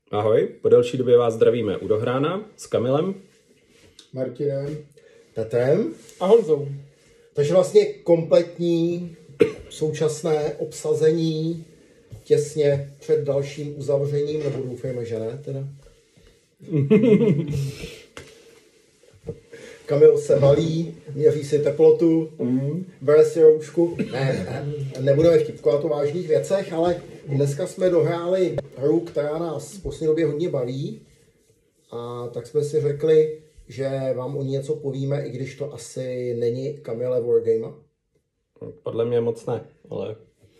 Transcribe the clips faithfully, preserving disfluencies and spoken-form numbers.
Ahoj, po delší době vás zdravíme u Dohrána s Kamilem, Martinem, Petrem a Honzou. Takže vlastně kompletní současné obsazení těsně před dalším uzavřením, nebo doufejme, že ne teda. Kamil se balí, měří si teplotu, mm. bere si roušku. Ne, ne, nebudeme vtipkovat o vážných věcech, ale dneska jsme dohráli hru, která nás v poslední době hodně baví. A tak jsme si řekli, že vám o ní něco povíme, i když to asi není Kamile Wargame. Podle mě moc ne, ale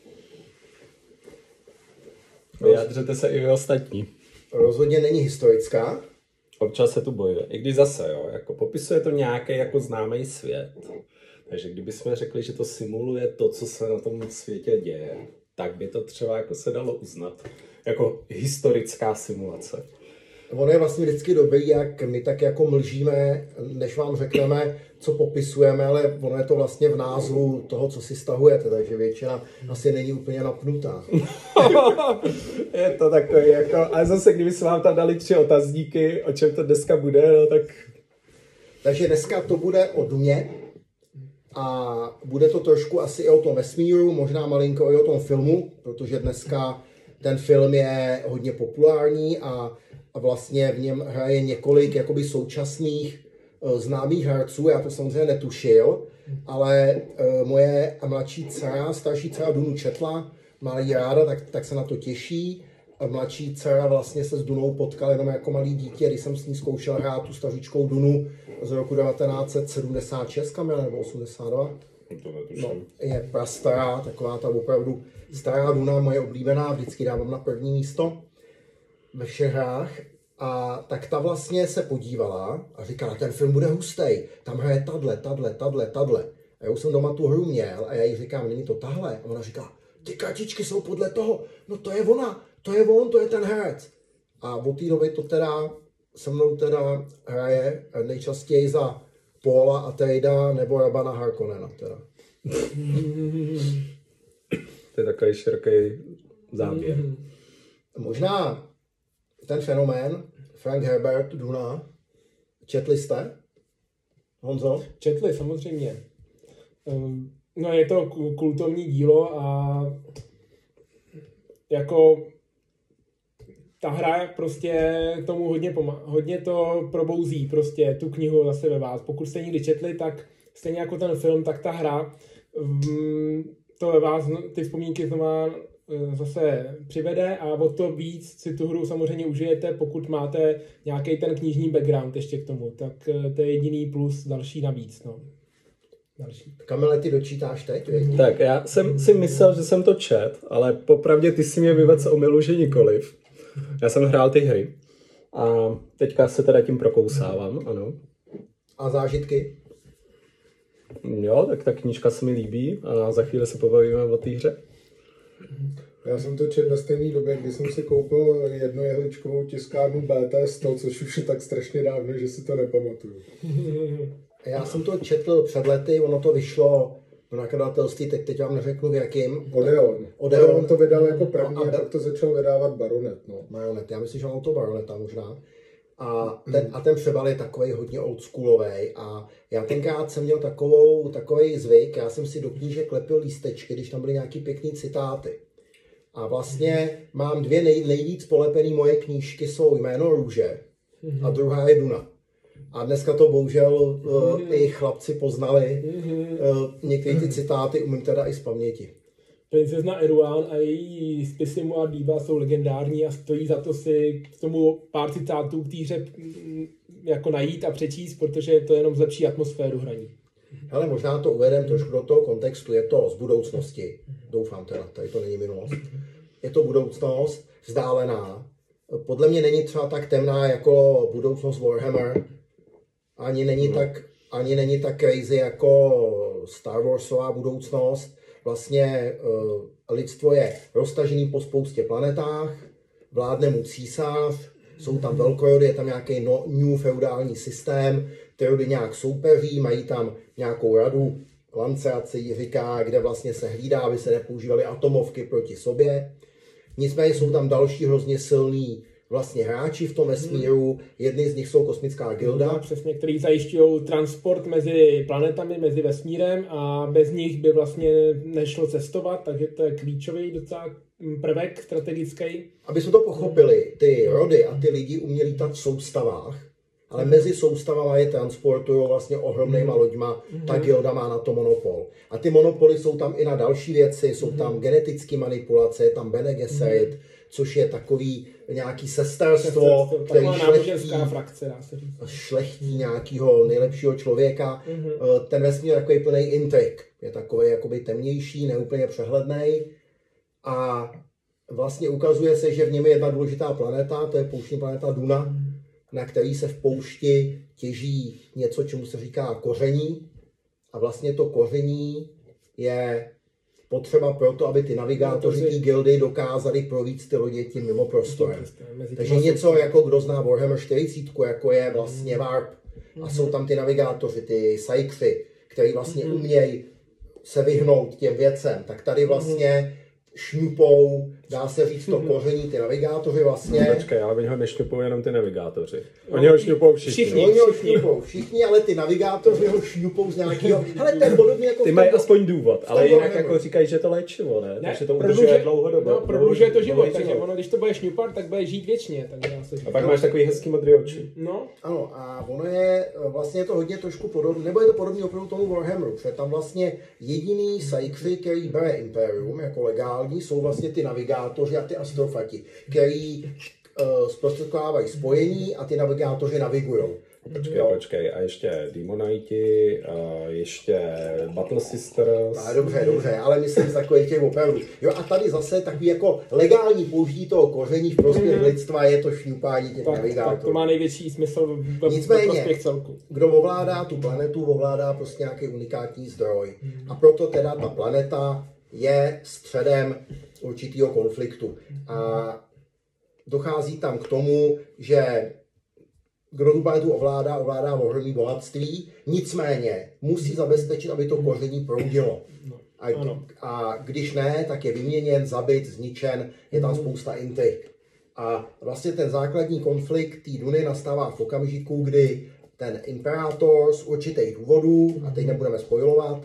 vyjádřete se i vy ostatní. Rozhodně není historická. Občas se tu bojuje. I když zase, jo, jako popisuje to nějaký jako známý svět. Takže kdybychom řekli, že to simuluje to, co se na tom světě děje, tak by to třeba jako se dalo uznat jako historická simulace. Ono je vlastně vždycky dobrý, jak my tak jako mlžíme, než vám řekneme, co popisujeme, ale ono je to vlastně v názvu toho, co si stahujete, takže většina asi není úplně napnutá. Je to takový jako, ale zase kdyby jsme vám tam dali tři otazníky, o čem to dneska bude, no tak... Takže dneska to bude o Duně a bude to trošku asi i o tom vesmíru, možná malinko i o tom filmu, protože dneska ten film je hodně populární a a vlastně v něm hraje několik jakoby současných uh, známých herců, já to samozřejmě netušil, ale uh, moje mladší dcera, starší dcera Dunu četla, má jí ráda, tak, tak se na to těší. A mladší dcera vlastně se s Dunou potkal jenom jako malý dítě, když jsem s ní zkoušel hrát tu staříčkou Dunu z roku devatenáct set sedmdesát šest, Kamil, nebo osmdesát dva. To netuším. No, je prastará, taková ta opravdu stará Duna, moje oblíbená, vždycky dávám na první místo ve všech hrách. A tak ta vlastně se podívala a říkala, ten film bude hustej, tam hraje tadle, tadle, tadle, tadle. A já už jsem doma tu hru měl a já jí říkám, není to tahle? A ona říká, ty kartičky jsou podle toho, no to je ona, to je on, to je ten herec. A od té doby to teda se mnou teda hraje nejčastěji za Paula Atreida nebo Rabana Harkonnena teda. To je takový široký záběr. Možná ten fenomén, Frank Herbert, Duna, četli jste? Honzo? Četli, samozřejmě. No je to kultovní dílo a jako ta hra prostě tomu hodně pomáhá, hodně to probouzí prostě tu knihu zase ve vás. Pokud jste někdy četli, tak stejně jako ten film, tak ta hra to ve vás ty vzpomínky znova zase přivede a o to víc si tu hru samozřejmě užijete, pokud máte nějaký ten knižní background ještě k tomu, tak to je jediný plus další navíc. No. Další. Kamile, ty dočítáš teď? Vědě? Tak já jsem si myslel, že jsem to čet, ale popravdě ty si mě vyvedl z omylu, že nikoliv. Já jsem hrál ty hry a teďka se teda tím prokousávám, ano. A zážitky? Jo, tak ta knížka se mi líbí a za chvíli se pobavíme o té hře. Já jsem to četl na stejné době, kdy jsem si koupil jednu jehličkovou tiskárnu bé té sto, což už je tak strašně dávno, že si to nepamatuju. Já jsem to četl před lety, ono to vyšlo v nakladatelství, teď, teď vám neřeknu v jakým. Odeon. Odeon. On to vydal jako první a, a pak to začal vydávat Baronet. No. Baronet, já myslím, že mám to Baroneta možná. A ten, a ten přebal je takovej hodně oldschoolovej a já tenkrát jsem měl takovou, takovej zvyk, já jsem si do knížek lepil lístečky, když tam byly nějaký pěkný citáty. A vlastně mám dvě nej, nejvíc polepený moje knížky, jsou Jméno růže a druhá je Duna. A dneska to bohužel uh, i chlapci poznali, uh, některé ty citáty umím teda i z paměti. Princezna Eruan a její spisy Mu a Díva jsou legendární a stojí za to si k tomu pár citátů k týře jako najít a přečíst, protože to jenom zlepší atmosféru hraní. Ale možná to uvedem trošku do toho kontextu, je to z budoucnosti, doufám teda, tady to není minulost. Je to budoucnost vzdálená. Podle mě není třeba tak temná jako budoucnost Warhammer, ani není, hmm. tak, ani není tak crazy jako Star Warsová budoucnost. Vlastně uh, lidstvo je roztažený po spoustě planetách, vládne mu císař, jsou tam velkorody, je tam nějaký no, new feudální systém, ty rody nějak soupeří, mají tam nějakou radu, Lancerace jí říká, kde vlastně se hlídá, aby se nepoužívaly atomovky proti sobě. Nicméně jsou tam další hrozně silný vlastně hráči v tom vesmíru, jedni z nich jsou kosmická gilda. No, přesně, který zajišťují transport mezi planetami, mezi vesmírem a bez nich by vlastně nešlo cestovat, takže to je klíčový docela prvek strategický. Aby jsme to pochopili, ty rody a ty lidi umějí lítat v soustavách, ale mezi soustavama je transportují vlastně ohromnýma loďma, ta gilda má na to monopol. A ty monopoly jsou tam i na další věci, jsou tam genetické manipulace, je tam Bene Gesserit, což je takový nějaký sesterstvo, který šlechtí, frakce, dá se říct. šlechtí nějakého nejlepšího člověka. Mm-hmm. Ten vesmír je takový plný intrik, je takový jakoby temnější, neúplně přehledný. A vlastně ukazuje se, že v něm je jedna důležitá planeta, to je pouštní planeta Duna, mm. na který se v poušti těží něco, čemu se říká koření. A vlastně to koření je potřeba proto, aby ty navigátoři té gildy dokázali províct ty lodě tím mimo prostorem. Takže něco jako kdo zná Warhammer čtyřicet, jako je vlastně Warp. A jsou tam ty navigátoři, ty Psykři, který vlastně umějí se vyhnout těm věcem. Tak tady vlastně šňupou, dá se říct, to koření, ty navigátoři vlastně. No, počkej, ale oni ho nešňupou jenom ty navigátoři. Oni ho šňupou všichni. Všichni, oni ho šňupou všichni, ale ty navigátoři ho šňupou z nějakého. Hele, to je podobně jako. Ty mají aspoň důvod, ale jinak jako říkají, že to léčivo, ne? ne Takže to udržuje dlouhodobě. No, prodlužuje to život, takže ono, když to bude šňupat, tak bude žít věčně. Tak dá se říct. A pak máš takový hezký modrý oči. No. Ano, a ono je vlastně to hodně trošku podobné, nebo je to podobné opravdu tomu Warhammeru, že tam vlastně jediný Psykři, který bere Imperium jako legální, jsou vlastně ty navigátoři a ty astrofati, který uh, zprostředkovávají spojení a ty navigátoři navigujou. Počkej, počkej, a ještě Demonite, a ještě Battle Sisters. A dobře, dobře, ale myslím z takových těch opravdu. Jo, a tady zase takový jako legální použití toho koření v prospěch mm. lidstva je to šňupání těch tak, navigátorů. Tak to má největší smysl v Nicméně, prospěch celku. Kdo ovládá tu planetu, ovládá prostě nějaký unikátní zdroj. Mm. A proto teda ta planeta je středem určitého konfliktu. A dochází tam k tomu, že kdo tu planetu ovládá, ovládá ohromné bohatství, nicméně musí zabezpečit, aby to koření proudilo. A, a když ne, tak je vyměněn, zabit, zničen, je tam spousta intrik. A vlastně ten základní konflikt té Duny nastává v okamžiku, kdy ten imperátor z určitých důvodů, a teď nebudeme spoilovat,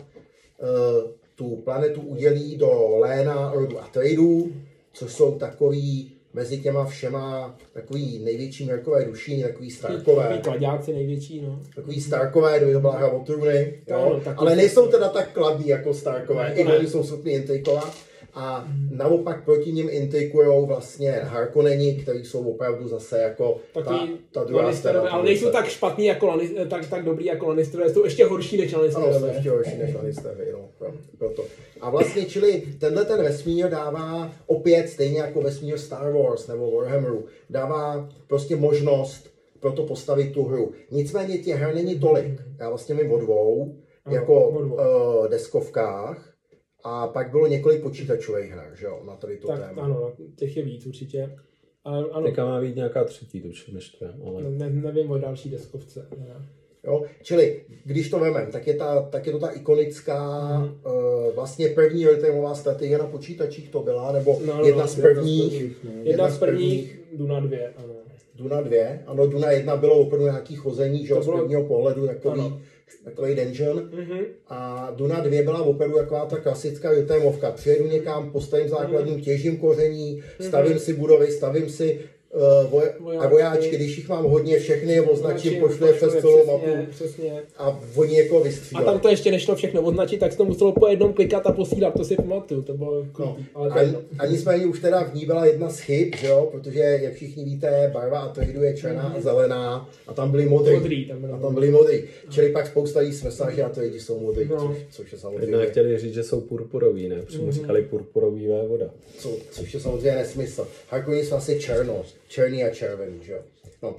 tu planetu udělí do léna rodu Atreidů, což jsou takový mezi těma všema takový největší mrkové duší, takový Starkové. Takový kladáci největší, no. Takový Starkové, kdyby to byla hra o trůny, jo. No, ale nejsou teda tak kladní jako Starkové, i oni jsou schopni intrikovat. A naopak proti nim intrikujou vlastně Harkonneni, kteří jsou opravdu zase jako takový ta, ta druhá strana. Ale nejsou tak špatní jako Lannister, tak, tak dobrý jako Lannisterové, jsou ještě horší než Lannisterové. Ano, jsou ještě horší než Lannisterové, no, proto. A vlastně, čili tenhle ten vesmír dává opět, stejně jako vesmír Star Wars nebo Warhammeru, dává prostě možnost pro to postavit tu hru. Nicméně těch her není tolik. Já vlastně mím o dvou, ano, jako o dvou. Uh, deskovkách. A pak bylo několik počítačových her, že jo, na tady to tak, téma. Ano, těch je víc určitě. Ale, ano. Teďka má být nějaká třetí, tučím ještě, ale... Ne, nevím o další deskovce. Ne. Jo, čili, když to vemem, tak je, ta, tak je to ta ikonická, mm. uh, vlastně první real-timeová strategie na počítačích to byla, nebo no, no, jedna z prvních. Jedna z prvních, jedna z prvních Duna dvě, ano. Duna dvě, ano, Duna jedna bylo opravdu nějaký chození, že jo, z prvního pohledu, takový, takový dungeon. Mm-hmm. A Duna dvě byla opravdu taková ta klasická real-timeovka. Přijedu někam, postavím základnu, těžím koření, stavím si budovy, stavím si uh, voj- a vojáčky, když jich mám hodně, všechny je označím, pošle přes celou mapu přesně. A oni jako vystřídají. A tam to ještě nešlo všechno označit, tak se to muselo po jednom klikat a posílat, to si pamatuju, to bylo no. Ale a, a nicméně už teda v ní byla jedna z chyb, že jo, protože jak všichni víte, barva Atreidu je černá mm-hmm. a zelená a tam byly modrý. modrý tam byly a tam byly modrý. Čili pak spousta lidí smyslela, že Atreidi jsou modrý, no. což, což je samozřejmě... Jednou chtěli říct, že jsou purpurový, ne? Přímo mm-hmm. říkali purpurový vévoda. Co, což je samozřejmě nesmysl. Harkonneni jsou asi černo, černý a červený, že jo. No.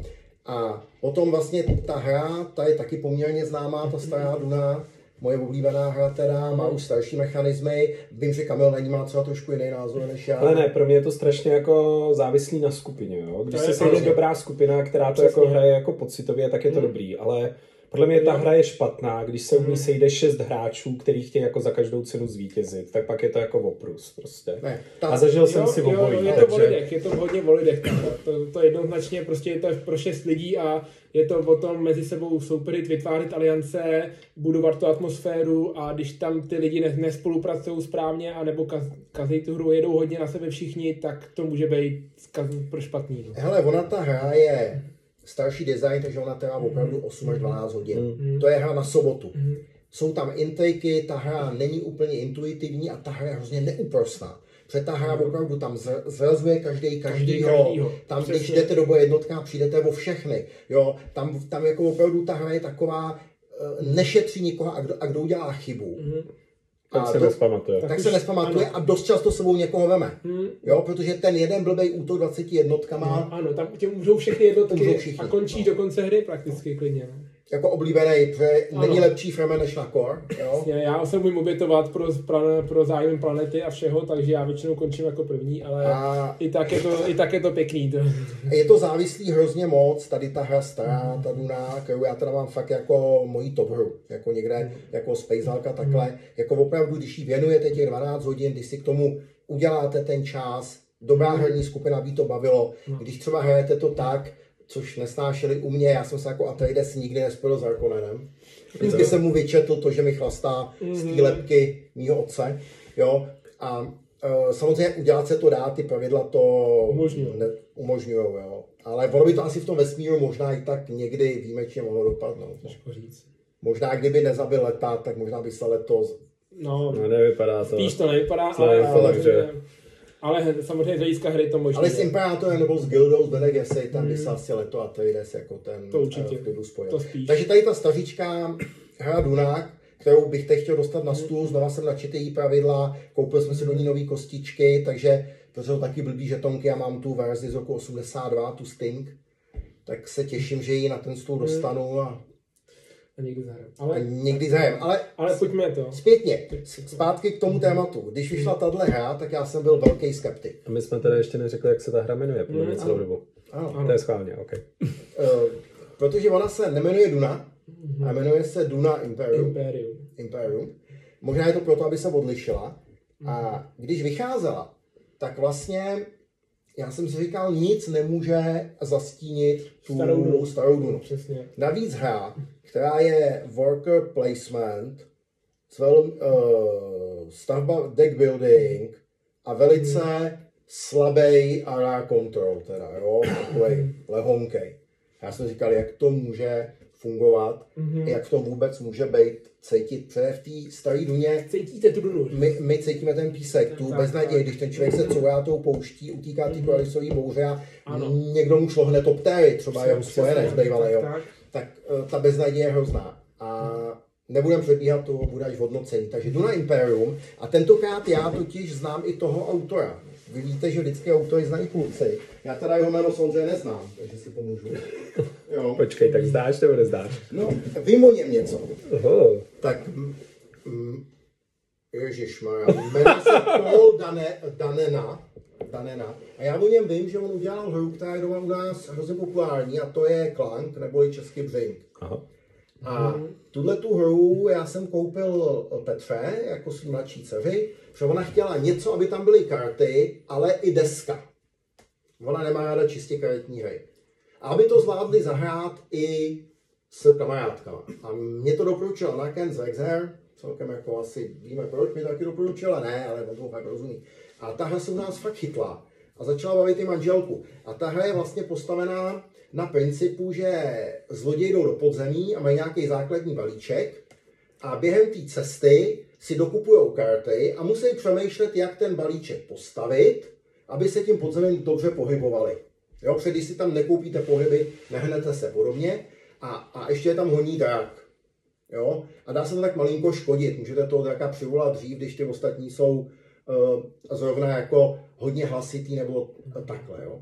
A potom vlastně ta hra, ta je taky poměrně známá, ta stará Duna, moje oblíbená hra teda, má už starší mechanismy. Vím, že Kamil na ní má třeba trošku jiný názor než já. Ale ne, pro mě je to strašně jako závislý na skupině, jo. Když se sejde dobrá skupina, která to jako hraje jako pocitově, tak je to hmm. dobrý, ale Podle mě ta Jo. hra je špatná, když se u ní Mhm. sejde šest hráčů, který chtějí jako za každou cenu zvítězit, tak pak je to jako oprus prostě. Ne, ta, A zažil jsem Jo, si jo, obojí, je to o takže... lidech, je to hodně o lidech. To, to jednoznačně prostě je to pro šest lidí a je to o tom mezi sebou soupeřit, vytvářet aliance, budovat tu atmosféru a když tam ty lidi ne, nespolupracují správně anebo kaz, kazí tu hru, jedou hodně na sebe všichni, tak to může být zkaz, pro špatný. No. Hele, ona ta hra je starší design, takže ona trvá opravdu osm až dvanáct hodin. Mm. To je hra na sobotu. Mm. Jsou tam intriky, ta hra není úplně intuitivní a ta hra je hrozně neúprostná. Protože ta hra opravdu tam zr- zrazuje každý každýho. každýho. Tam, Přesně. když jdete do boje jednotka, přijdete o všechny. Jo? Tam, tam jako opravdu ta hra je taková, eh, nešetří nikoho a kdo, a kdo udělá chybu. Mm. Tak se do- nespamatuje. tak už- se nespamatuje ano. a dost často sebou někoho veme. Mm. Jo? Protože ten jeden blbej útok dvaceti jednotkama, No, ano, tam tě můžou všechny jednotky Můžou všichni, a končí no. do konce hry prakticky klidně. No. jako oblíbený, protože Ano. není lepší fremen než na core. Jo? Jasně, já se umím obětovat pro, pro, pro zájem planety a všeho, takže já většinou končím jako první, ale A i tak je to, i tak je to pěkný. To. je to závislý hrozně moc, tady ta hra stará, ta Duna, kterou já teda mám fakt jako mojí top hru, jako někde, jako Space Hulk a takhle, jako opravdu, když jí věnujete těch dvanáct hodin, když si k tomu uděláte ten čas, dobrá herní skupina by to bavilo, když třeba hrajete to tak, což nesnášeli u mě, já jsem se jako Atreides nikdy nespojil s Harkonnenem. Vždycky jsem mu vyčetl to, že mi chlastá z té lebky mýho otce, jo, a uh, samozřejmě udělat se to dá, ty pravidla to Umožňujou. ne, umožňujou, jo. Ale ono by to asi v tom vesmíru možná i tak někdy výjimečně mohlo dopadnout. No. Těžko říct. Možná kdyby nezabil letát, tak možná by se letos. No, No, nevypadá to. spíš to nevypadá, To ale, nevypadá, ale, že- ale samozřejmě z hlediska hry to možná. Ale s Imperátorem nebo s Gildou, s Bene Gesserit, tam by se asi leto a Atreides jako ten To určitě. eh, v klidu spojil. To spíš. Takže tady ta stařička hra Dunák, kterou bych teď chtěl dostat na stůl, znova jsem načetl její pravidla, koupil jsme si do ní nový kostičky, takže to jsou taky blbý žetonky, já mám tu verzi z roku osmdesát dva, tu Sting, tak se těším, že ji na ten stůl dostanu a, A někdy zahraju. a Ale, někdy zajem. Ale ale pojďme to. zpětně, zpátky k tomu tématu. Když vyšla tahle hra, tak já jsem byl velký skeptik. A my jsme teda ještě neřekli, jak se ta hra jmenuje, podle mě Mm, celou ano. dobu. Ano. To je schválně, OK. Uh, protože ona se nemenuje Duna, a jmenuje se Duna Imperium. Imperium. Imperium. Možná je to proto, aby se odlišila. A když vycházela, tak vlastně já jsem si říkal, nic nemůže zastínit tu Starou Dunu. starou Dunu. Přesně. Navíc hra, která je worker placement, vel, uh, stavba deck building a velice slabý R R control, teda, jo, takovej lehonkej. Já jsem říkal, jak to může fungovat, Mhm. jak v tom vůbec může být cítit, protože v té staré Duně Cítíte tu Dunu? my, my cítíme ten písek, tu Tak, beznaděj, tak. když ten člověk se couvá tou pouští, utíká ty koalisový bouře a Ano. někdo mu šlohne toptéry, třeba jeho Přesně, spojenec bývalý, jo. tak. Tak eh, ta beznaděj je hrozná. A nebudem předbíhat, to bude až v hodnocení. Takže Duna Imperium a tentokrát já totiž znám i toho autora. Vy víte, že vždycky autory znají kluci. Já teda jeho jméno samozřejmě neznám, takže si pomůžu. Jo. Počkej, tak zdáš nebo nezdáš? No, vím o něm něco. Oho. Tak, mm, mm, ježišmarja, jmenuje se Paul Dane, Danena, Danena. A já o něm vím, že on udělal hru, která je doma u nás hrozně populární, a to je Clank, nebo i český Břink. Aha. A tuhle tu hru já jsem koupil Petře, jako svý mladší dceři, protože ona chtěla něco, aby tam byly karty, ale i deska. Ona nemá ráda čistě karetní hry. A aby to zvládli zahrát i s kamarádkama. A mě to doporučila Narken z Rexher, celkem jako asi víme proč, mě to taky doporučila, ne, ale on to fakt rozumí. A ta hra se u nás fakt chytla a začala bavit i manželku. A ta hra je vlastně postavená na principu, že zloději jdou do podzemí a mají nějaký základní balíček a během té cesty si dokupují karty a musí přemýšlet, jak ten balíček postavit, aby se tím podzemím dobře pohybovali. Jo, protože když si tam nekoupíte pohyby, nehnete se podobně a, a ještě je tam honí drak. Jo? A dá se to tak malinko škodit. Můžete toho draka přivolat dřív, když ty ostatní jsou uh, zrovna jako hodně hlasitý nebo takhle. Jo?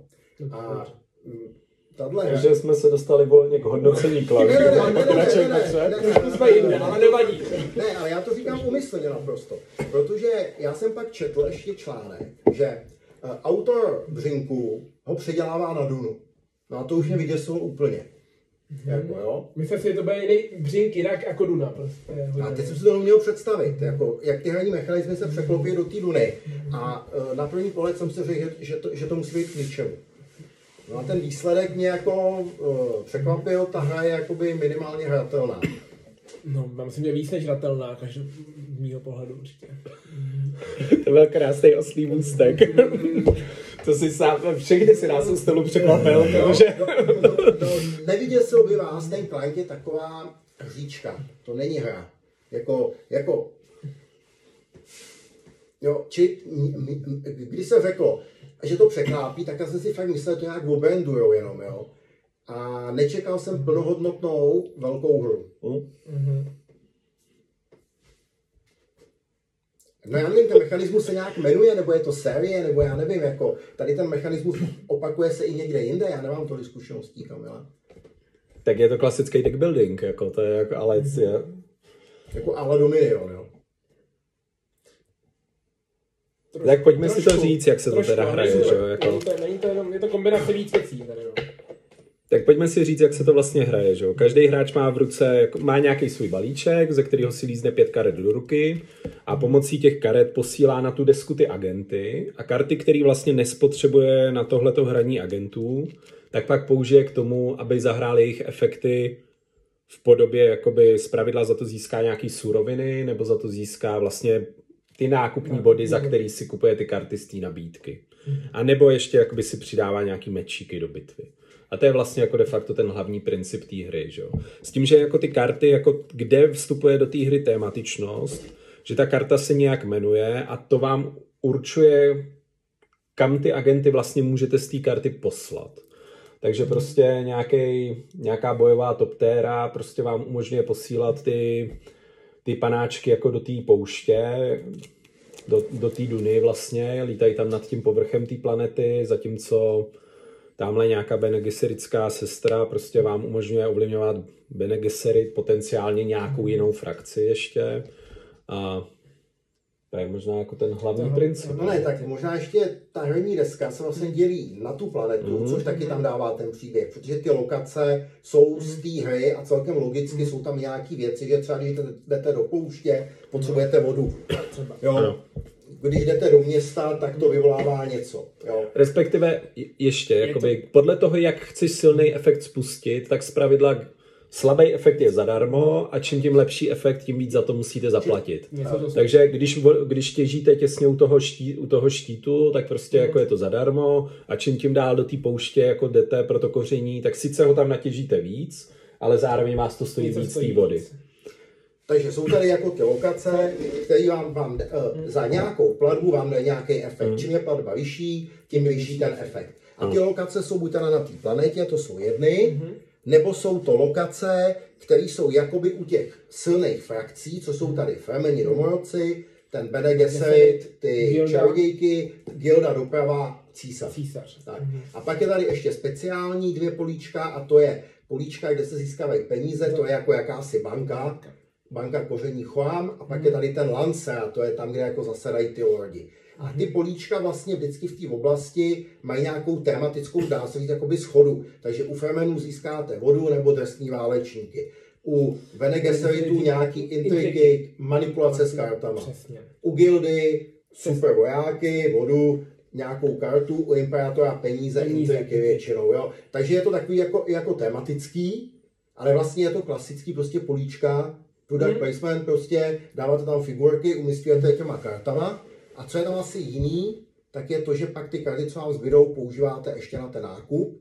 A mm, tahle... Takže jsme se dostali volně k hodnocení Clank. Ne, ne, ne, ne, ne, Pokračuj, ne, Petře. ne, Trošku jsme jinde, ale nevadí. Ne, ale já to říkám umyslně naprosto. Protože já jsem pak četl ještě článek, že uh, autor Břinku ho předělává na Dunu. No a to už mě vyděsilo úplně. Mm-hmm. Jako, jo? Myslím si, že to bude jiný Břink, jinak jako Duna. Prostě. A teď jsem si to neuměl představit, jako, jak ty hraní mechanismy se překlopí do té Duny. A uh, na první pohled jsem si řekl, že, že, to, že to musí být k ničemu. No a ten výsledek mě jako uh, překvapil, ta hra je jakoby minimálně hratelná. No, já myslím, že víc než hratelná, každý z mýho pohledu určitě. To byl krásný oslý můstek. To si sám, všechny si nás u stolu překvapil, no, protože... no, no, no, neviděl jsem by vás, ten Client je taková hříčka, to není hra. Jako, jako... Jo, či, když se řeklo, že to překlápí, tak já jsem si fakt myslel, že to nějak obrandujou jenom, jo. A nečekal jsem plnohodnotnou velkou hru. Mm-hmm. No já nevím, ten mechanismus se nějak jmenuje, nebo je to série, nebo já nevím, jako tady ten mechanismus opakuje se i někde jinde, já nemám tolik zkušeností, Kamila. Tak je to klasický deck building, jako to je jako, ale je... Jako ala Dominion, jo. Trošku, tak pojďme trošku, si to říct, jak se trošku, to teda hraje, že jo, jako... Není to, není to jenom, je to kombinace víc věcí tady, jo. Tak pojďme si říct, jak se to vlastně hraje, že jo. Každý hráč má v ruce, má nějaký svůj balíček, ze kterého si lízne pět karet do ruky a pomocí těch karet posílá na tu desku ty agenty a karty, které vlastně nespotřebuje na tohleto hraní agentů, tak pak použije k tomu, aby zahrál jejich efekty v podobě, jakoby zpravidla za to získá nějaký suroviny, nebo za to získá vlastně ty nákupní body, za který si kupuje ty karty z té nabídky. A nebo ještě jakoby si přidává nějaký mečíky do bitvy. A to je vlastně jako de facto ten hlavní princip té hry, že jo. S tím, že jako ty karty, jako kde vstupuje do té hry tématičnost, že ta karta se nějak jmenuje a to vám určuje, kam ty agenty vlastně můžete z té karty poslat. Takže prostě nějaký, nějaká bojová toptéra prostě vám umožňuje posílat ty, ty panáčky jako do té pouště, do, do té Duny vlastně, lítají tam nad tím povrchem té planety, zatímco tamhle nějaká Bene Gesseritská sestra prostě vám umožňuje ovlivňovat Bene Gesserit, potenciálně nějakou jinou frakci ještě. A to je možná jako ten hlavní no, princip. No ne, tak možná ještě ta herní deska se vlastně dělí na tu planetu, mm. což taky tam dává ten příběh, protože ty lokace jsou z té hry a celkem logicky mm. jsou tam nějaké věci, že třeba když jdete do pouště, potřebujete vodu. Jo. No. Když jdete do města, tak to vyvolává něco. Jo. Respektive ještě, jakoby, to... podle toho, jak chceš silný efekt spustit, tak zpravidla slabý efekt je zadarmo a čím tím lepší efekt, tím víc za to musíte zaplatit. To Takže když, když těžíte těsně u toho, ští, u toho štítu, tak prostě jako je to zadarmo a čím tím dál do té pouště jako jdete pro to koření, tak sice ho tam natěžíte víc, ale zároveň vás to stojí víc té vody. Takže jsou tady jako ty lokace, které vám, vám uh, za nějakou platbu vám dají nějaký efekt. Mm. Čím je platba vyšší, tím vyšší ten efekt. A ty mm. lokace jsou buď teda na té planetě, to jsou jedny, mm. nebo jsou to lokace, které jsou jakoby u těch silných frakcí, co jsou tady Fremeni domorodci, ten Bene Gesserit, ty čarodějky, Gilda doprava, císař. císař. Tak. Mm. A pak je tady ještě speciální dvě políčka a to je políčka, kde se získávají peníze, to je jako jakási banka. Banka koření Choám a pak je tady ten Lance a to je tam, kde jako zasedají ty lordi. A ty políčka vlastně vždycky v té oblasti mají nějakou tematickou, dá se říct, jakoby schodu. Takže u Fremenů získáte vodu nebo drsný válečníky. U Bene Gesseritů nějaký intriky, manipulace s kartama. U Gildy super vojáky, vodu, nějakou kartu, u Imperátora peníze, intriky většinou. Jo. Takže je to takový jako, jako tematický, ale vlastně je to klasický prostě políčka, product hmm. placement, prostě dáváte tam figurky, umístujete těma kartama a co je tam asi jiný, tak je to, že pak ty karty, co vám zbydou, používáte ještě na ten nákup,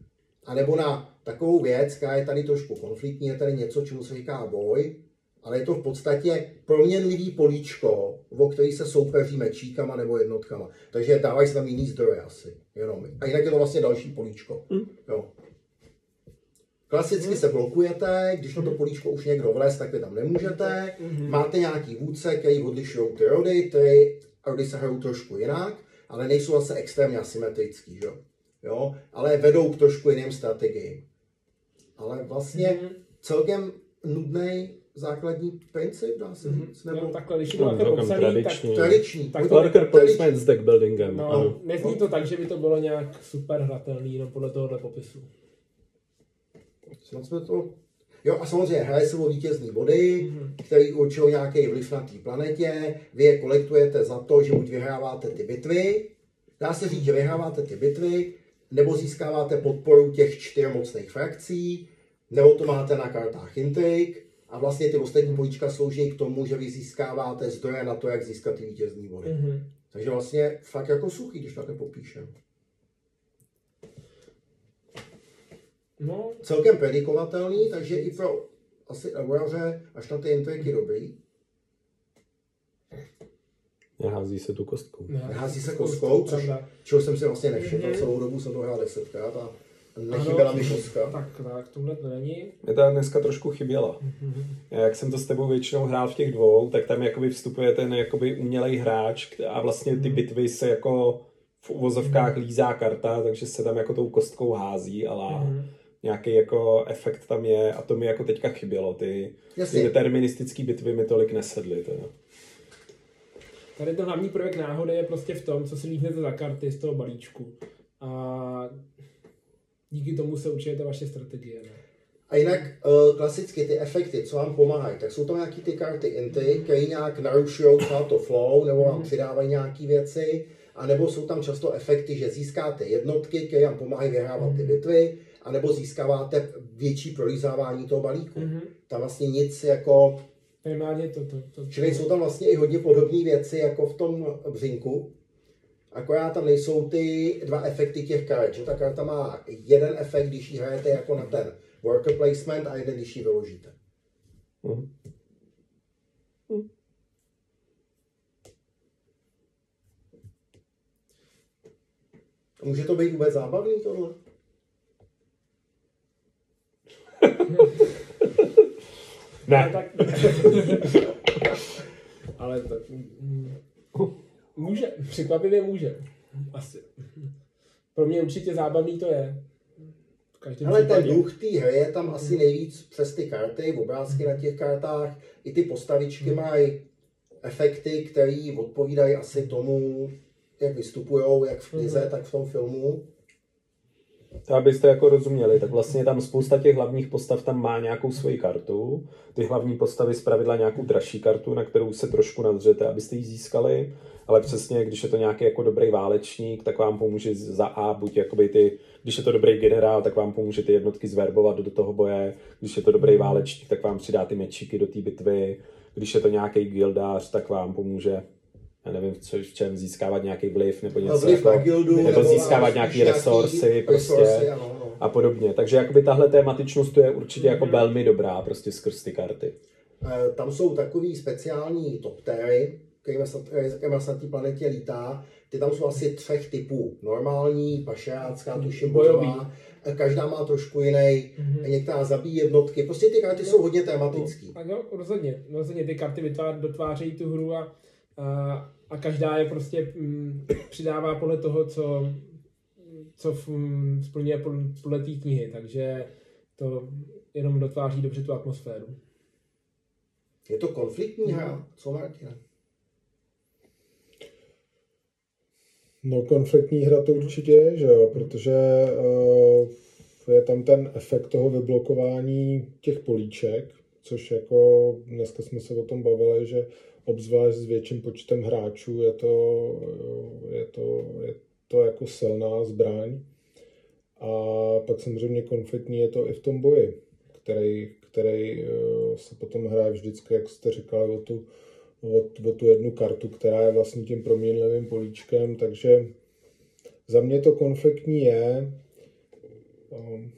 anebo na takovou věc, která je tady trošku konfliktní, je tady něco, čemu se říká boj, ale je to v podstatě proměnlivý políčko, o který se soupeří mečíkama nebo jednotkama. Takže dávají se tam jiný zdroje asi, jenom. A jinak je to vlastně další políčko. Hmm. Jo. Klasicky se blokujete, když na to políčko už někdo vlez, tak vy tam nemůžete. Máte nějaký vůdce, který odlišují ty rody, ty rody se hrajou trošku jinak, ale nejsou zase extrémně asymetrický, že? Jo? Ale vedou k trošku jiným strategiím. Ale vlastně celkem nudný základní princip, dá se říct. Nebo no, takhle, když je to takhle popsaný, tradiční. tak... Tradiční. Tak Worker placement s deck buildingem. No, ano. nezní to tak, že by to bylo nějak super hratelný, jenom podle tohohle popisu. Snad jsme to... Jo, a samozřejmě hraje se o vítězný body, mm-hmm. který určují nějaký vliv na té planetě. Vy je kolektujete za to, že buď vyhráváte ty bitvy, dá se říct, že vyhráváte ty bitvy, nebo získáváte podporu těch čtyř mocných frakcí, nebo to máte na kartách intrik a vlastně ty ostatní políčka slouží k tomu, že vy získáváte zdroje na to, jak získat ty vítězný body. Mm-hmm. Takže vlastně fakt jako suchý, když takhle popíšem. No. Celkem predikovatelný, takže i pro asi Euroře až na ty intriky dobrý. Nehází se tu kostkou. Nehází se kostkou, což, čeho jsem si vlastně nevšiml. Mm-hmm. Celou dobu jsem to hrál desetkrát a nechyběla mi kostka. Tak, tak, tohle to není. Mě ta dneska trošku chyběla. Mm-hmm. Jak jsem to s tebou většinou hrál v těch dvou, tak tam jakoby vstupuje ten jakoby umělej hráč a vlastně ty bitvy se jako v uvozovkách lízá karta, takže se tam jako tou kostkou hází, ale mm-hmm. nějaký jako efekt tam je a to mi jako teďka chybělo. Ty, ty deterministické bitvy mi tolik nesedly. To, no. Tady ten hlavní prvek náhody je prostě v tom, co si líhnete za karty z toho balíčku. A díky tomu se určujete vaše strategie. Ne? A jinak uh, klasicky ty efekty, co vám pomáhají, tak jsou to nějaký ty karty inty, které nějak narušují to flow, nebo vám přidávají nějaké věci, anebo jsou tam často efekty, že získáte jednotky, které vám pomáhají vyhrávat ty bitvy, anebo získáváte větší prolízávání toho balíku. Mm-hmm. Tam vlastně nic jako... Primárně to, to, to. Čili jsou tam vlastně i hodně podobné věci jako v tom břinku, akorát tam nejsou ty dva efekty těch karet, že ta karta má jeden efekt, když ji hrajete jako na ten worker placement a jeden, když ji vyložíte. Mm. Mm. Může to být vůbec zábavný tohle? Ne. Tak... Ale tak... Může, překvapivě může. Asi. Pro mě určitě zábavný to je. Ale ten duch té hry je tam asi nejvíc přes ty karty, obrázky na těch kartách, i ty postavičky mají efekty, které odpovídají asi tomu, jak vystupujou, jak v knize, tak v tom filmu. To abyste jako rozuměli, tak vlastně tam spousta těch hlavních postav tam má nějakou svoji kartu. Ty hlavní postavy zpravidla nějakou dražší kartu, na kterou se trošku nadřete, abyste ji získali. Ale přesně, když je to nějaký jako dobrý válečník, tak vám pomůže za A, buď jakoby ty, když je to dobrý generál, tak vám pomůže ty jednotky zverbovat do toho boje. Když je to dobrý válečník, tak vám přidá ty mečíky do té bitvy. Když je to nějaký gildář, tak vám pomůže, já nevím, co, v čem získávat nějaký vliv nebo něco, vliv jako, guildu, nebo, nebo získávat nějaký resursy prostě resursy, ano, ano. A podobně. Takže jakoby tahle tématičnost to je určitě mm-hmm. jako velmi dobrá prostě skrz ty karty. E, tam jsou takový speciální toptery, kterými se na té planetě lítá. Ty tam jsou asi třech typů. Normální, pašerácká, tuším, bojová. Každá má trošku jiný, mm-hmm. některá zabíjí jednotky. Prostě ty karty no, jsou hodně tematický. No, no, rozhodně. rozhodně. Ty karty vytvář, dotvářejí tu hru a, a, a každá je prostě m, přidává podle toho, co, co v, m, splňuje podle té knihy. Takže to jenom dotváří dobře tu atmosféru. Je to konfliktní hra? Co, Martina? No, konfliktní hra to určitě je, že jo, protože uh, je tam ten efekt toho vyblokování těch políček, což jako dneska jsme se o tom bavili, že obzvlášť s větším počtem hráčů je to, je to, je to jako silná zbraň. A pak samozřejmě konfliktní je to i v tom boji, který, který uh, se potom hraje vždycky, jak jste říkali, o tu O, o tu jednu kartu, která je vlastně tím proměnlivým políčkem, takže za mě to konfliktní je. Um,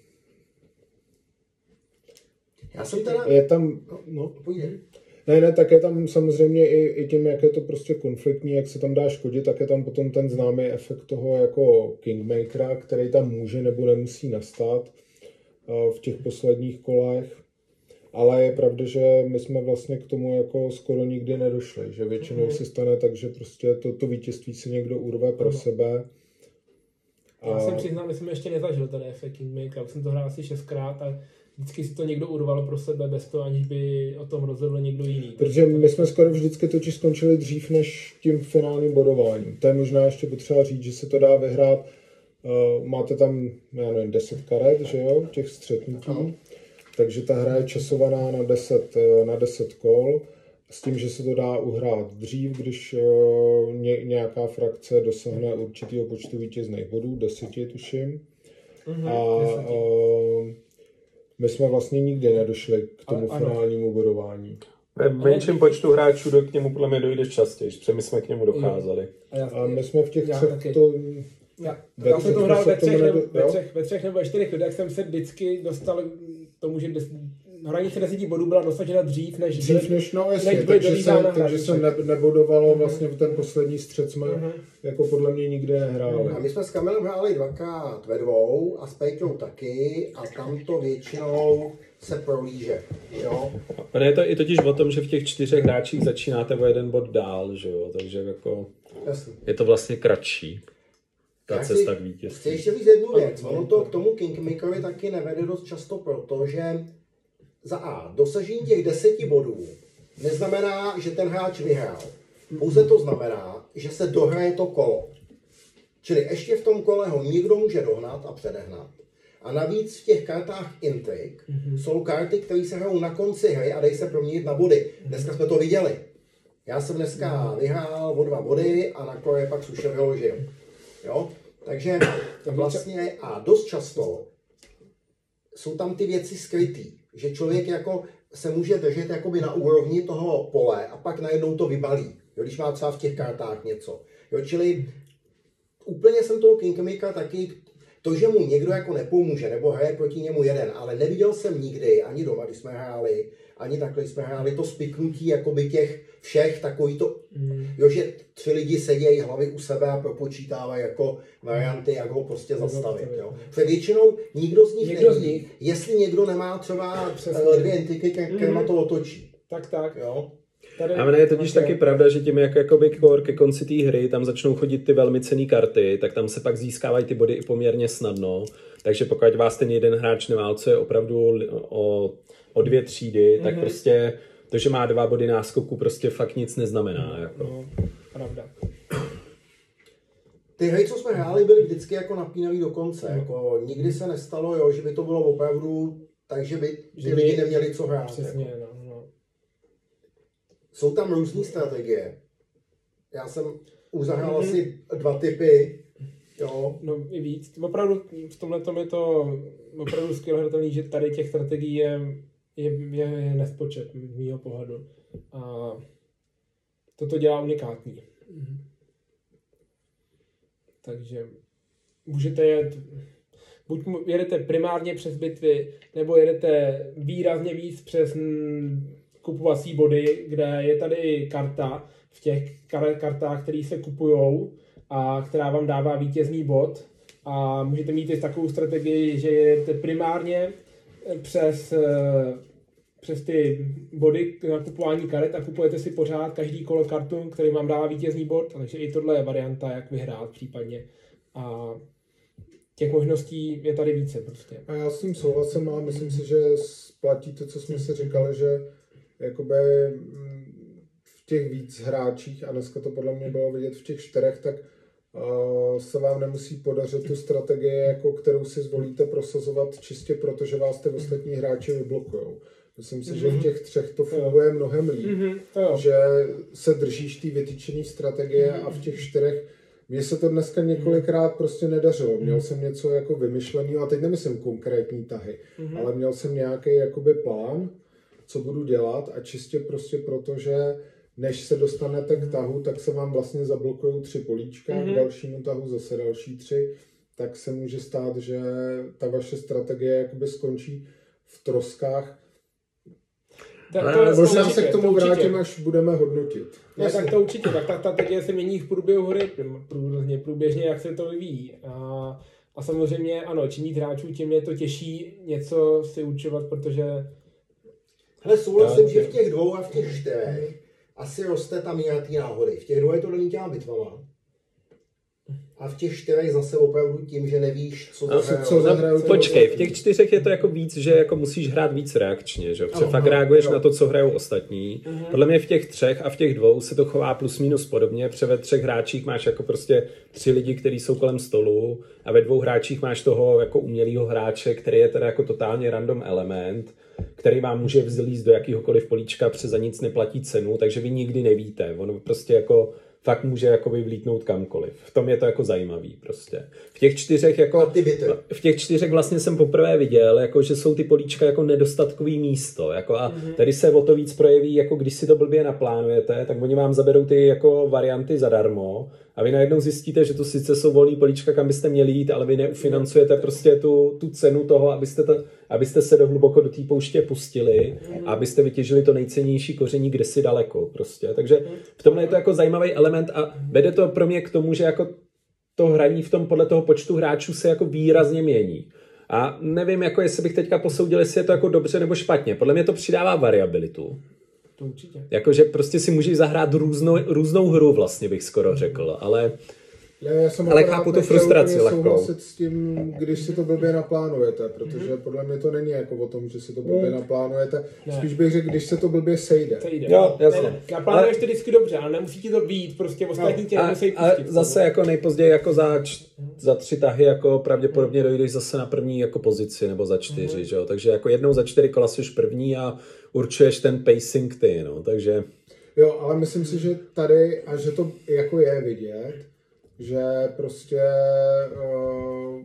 Já jsem teda... Je tam... No, ne, ne, tak je tam samozřejmě i, i tím, jak je to prostě konfliktní, jak se tam dá škodit, tak je tam potom ten známý efekt toho jako Kingmakera, který tam může nebo nemusí nastat uh, v těch posledních kolech. Ale je pravda, že my jsme vlastně k tomu jako skoro nikdy nedošli, že většinou mm. se stane tak, že prostě to, to vítězství si někdo urve pro no. sebe. A... Já jsem přiznal, že jsem ještě nezažil ten efekt Kingmaker, jsem to hrál asi šestkrát a vždycky si to někdo urval pro sebe bez toho, aniž by o tom rozhodl někdo jiný. Protože my jsme skoro vždycky totiž skončili dřív než tím finálním bodováním. To je možná ještě potřeba říct, že se to dá vyhrát Uh, máte tam, já nevím, deset karet, že jo, těch střetnutí. No. Takže ta hra je časovaná na deset, na deset kol. S tím, že se to dá uhrát dřív, když uh, ně, nějaká frakce dosáhne určitého počtu vítězných bodů, deseti tuším. Mm-hmm, a uh, my jsme vlastně nikdy nedošli k tomu a, finálnímu bodování. Ve menším počtu hráčů do k němu podle mě dojde častěji, protože my jsme k němu docházeli. A, já, a my jsme v těch třech to... Já, já jsem to hrál ve třech, nebo, ve, třech, ve třech nebo ve čtyřech lidech jsem se vždycky dostal tomu, že des, hranice deseti bodů byla dosažena dřív, než dřív byly, než, no jasně, než takže, se, takže se ne, nebodovalo, vlastně v ten poslední střed jsme uh-huh. jako podle mě nikdy nehráli. A my jsme s Kamilem hráli dvakrát ve dvou a s Pejťou taky a tam to většinou se prolíže, jo. A je to i totiž o tom, že v těch čtyřech hráčích začínáte o jeden bod dál, že jo, takže jako Jasný. je to vlastně kratší. Ta cesta k vítězství. Chci ještě říct jednu věc. Ono to k tomu Kingmakerovi taky nevede dost často, protože za A, dosažení těch deseti bodů neznamená, že ten hráč vyhrál. Pouze to znamená, že se dohraje to kolo. Čili ještě v tom kole ho někdo může dohnat a předehnat. A navíc v těch kartách Intrik mm-hmm. jsou karty, které se hrajou na konci hry a dají se proměnit na body. Dneska jsme to viděli. Já jsem dneska vyhrál o dva body a na kole pak suše vyložil. Jo? Takže vlastně a dost často jsou tam ty věci skrytý, že člověk jako se může držet jakoby na úrovni toho pole a pak najednou to vybalí, jo, když má třeba v těch kartách něco. Jo, čili úplně jsem toho Kingmakera taky, to, že mu někdo jako nepomůže, nebo hraje proti němu jeden, ale neviděl jsem nikdy, ani doma, když jsme hráli, ani takhle, když jsme hráli to spiknutí jakoby těch všech, takový to, mm. jo, že tři lidi sedějí hlavy u sebe a propočítávají jako varianty, jak ho prostě zastavit, jo. Protože většinou nikdo z nich někdo neví, z nich. jestli někdo nemá třeba dvě intriky, kterýma to otočí. Tak, tak. Jo. Tady, a mne je totiž taky pravda, že tím, jak jakoby ke konci té hry tam začnou chodit ty velmi cenné karty, tak tam se pak získávají ty body i poměrně snadno. Takže pokud vás ten jeden hráč neválcuje opravdu o, o dvě třídy, mm-hmm. tak prostě to, že má dva body náskoku, prostě fakt nic neznamená. Mm, jako. No, pravda. Ty hry, co jsme hráli, byly vždycky jako napínavý do konce. Mm. Jako, nikdy se nestalo, jo, že by to bylo opravdu tak, že by ty lidi neměli co hrát. Přesně, jako. no. Jsou tam různé strategie. Já jsem už zahrál mm-hmm. asi dva typy. Jo. No i víc. Opravdu v tomhle tom je to opravdu skvěle hratelný, že tady těch strategií je, je, je, je nespočet z mýho pohledu. A toto dělá unikátní. Mm-hmm. Takže můžete jet, buď jedete primárně přes bitvy, nebo jedete výrazně víc přes kupovací body, kde je tady karta v těch kartách, které se kupujou a která vám dává vítězný bod. A můžete mít i takovou strategii, že jedete primárně přes, přes ty body na kupování karet a kupujete si pořád každý kolo kartu, který vám dává vítězný bod. Takže i tohle je varianta, jak vyhrát případně. A těch možností je tady více prostě. A já s tím souhlasím a myslím si, že platí to, co jsme si říkali, že jakoby v těch víc hráčích, a dneska to podle mě bylo vidět v těch čtyřech, tak uh, se vám nemusí podařit tu strategii, jako kterou si zvolíte, prosazovat čistě proto, že vás ty ostatní hráči vyblokujou. Myslím si, mm-hmm. že v těch třech to funguje mnohem líp, mm-hmm. že se držíš té vytyčené strategie mm-hmm. a v těch čtyřech mně se to dneska několikrát prostě nedařilo. Měl jsem něco jako vymyšleného, a teď nemyslím konkrétní tahy, mm-hmm. ale měl jsem nějaký jakoby plán, co budu dělat a čistě prostě proto, že než se dostanete k tahu, tak se vám vlastně zablokují tři políčka, mm-hmm. k dalšímu tahu zase další tři, tak se může stát, že ta vaše strategie jakoby skončí v troskách. Tak to možná určitě, se k tomu vrátím, až budeme hodnotit. No, tak to určitě, tak ta strategie se mění v průběhu hry, průběžně, průběžně jak se to vyvíjí. A, a samozřejmě ano, čím víc hráčů, tím je to těžší něco si určovat, protože hele, souhlasím, že v těch dvou a v těch čtyřech asi roste ta míra té náhody. V těch dvou je to daný těma bitvama. A v těch čtyřech zase opravdu tím, že nevíš, co No, zahrajou. co zahrajou. Počkej, v těch čtyřech je to jako víc, že jako musíš hrát víc reakčně, že? Protože Ano, fakt no, reaguješ jo. na to, co hrajou ostatní. Podle mě v těch třech a v těch dvou se to chová plus minus podobně, protože ve třech hráčích máš jako prostě tři lidi, kteří jsou kolem stolu a ve dvou hráčích máš toho jako umělýho hráče, který je teda jako totálně random element, který vám může vzlízt do jakýhokoliv políčka, protože za nic neplatí cenu, takže vy nikdy nevíte. Ono prostě jako fakt může jako vyvlítnout kamkoliv. V tom je to jako zajímavý prostě. V těch čtyřech jako... A ty byty. V těch čtyřech vlastně jsem poprvé viděl, jako, že jsou ty políčka jako nedostatkový místo. Jako, a mm-hmm. tady se o to víc projeví, jako když si to blbě naplánujete, tak oni vám zaberou ty jako varianty zadarmo a vy najednou zjistíte, že to sice jsou volný políčka, kam byste měli jít, ale vy neufinancujete prostě tu, tu cenu toho, abyste, to, abyste se do hluboko do té pouště pustili a abyste vytěžili to nejcennější koření kde si daleko. Prostě. Takže v tomhle je to jako zajímavý element a vede to pro mě k tomu, že jako to hraní v tom podle toho počtu hráčů se jako výrazně mění. A nevím, jako jestli bych teďka posoudil, jestli je to jako dobře nebo špatně. Podle mě to přidává variabilitu. To určitě. Jakože prostě si můžeš zahrát různou, různou hru vlastně, bych skoro řekl, ale... Já, já jsem Ale akorát chápu tu nechtěl frustraci úplně lehkou. souhlasit s tím, když si to blbě naplánujete, protože podle mě to není jako o tom, že si to blbě naplánujete. Ne. Spíš bych řekl, když se to blbě sejde. To jde. Jo, jasně. Ne, ne. Naplánuješ Ale- to vždycky dobře, ale nemusí ti to být, prostě ostatní tě A, nemusí a pustit. zase jako nejpozději jako za, č, za tři tahy jako pravděpodobně dojdeš zase na první jako pozici nebo za čtyři, že jo? Takže jako jednou za čtyři kola jsi první a určuješ ten pacing ty, no, takže... Jo, ale myslím si, že tady, a že to jako je vidět, že prostě uh,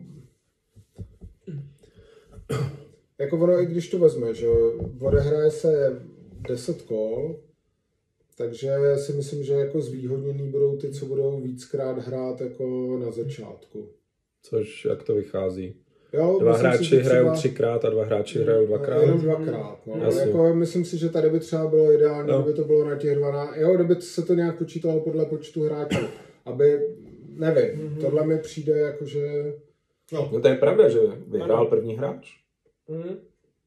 jako ono, i když to vezme, že odehraje se deset kol, takže si myslím, že jako zvýhodněný budou ty, co budou víckrát hrát jako na začátku. Což jak to vychází? Jo, Dva myslím si, hráči že třeba- hrajou třikrát a dva hráči hrajou dvakrát. Jenom dvakrát, no. Jasně. Jako, myslím si, že tady by třeba bylo ideální, Jo. kdyby to bylo na těch dvanáct, jo, kdyby se to nějak počítalo podle počtu hráčů, aby, nevím, mm-hmm. tohle mi přijde jako, že... No, No to je pravda, že vyhrál první hráč. Hmm.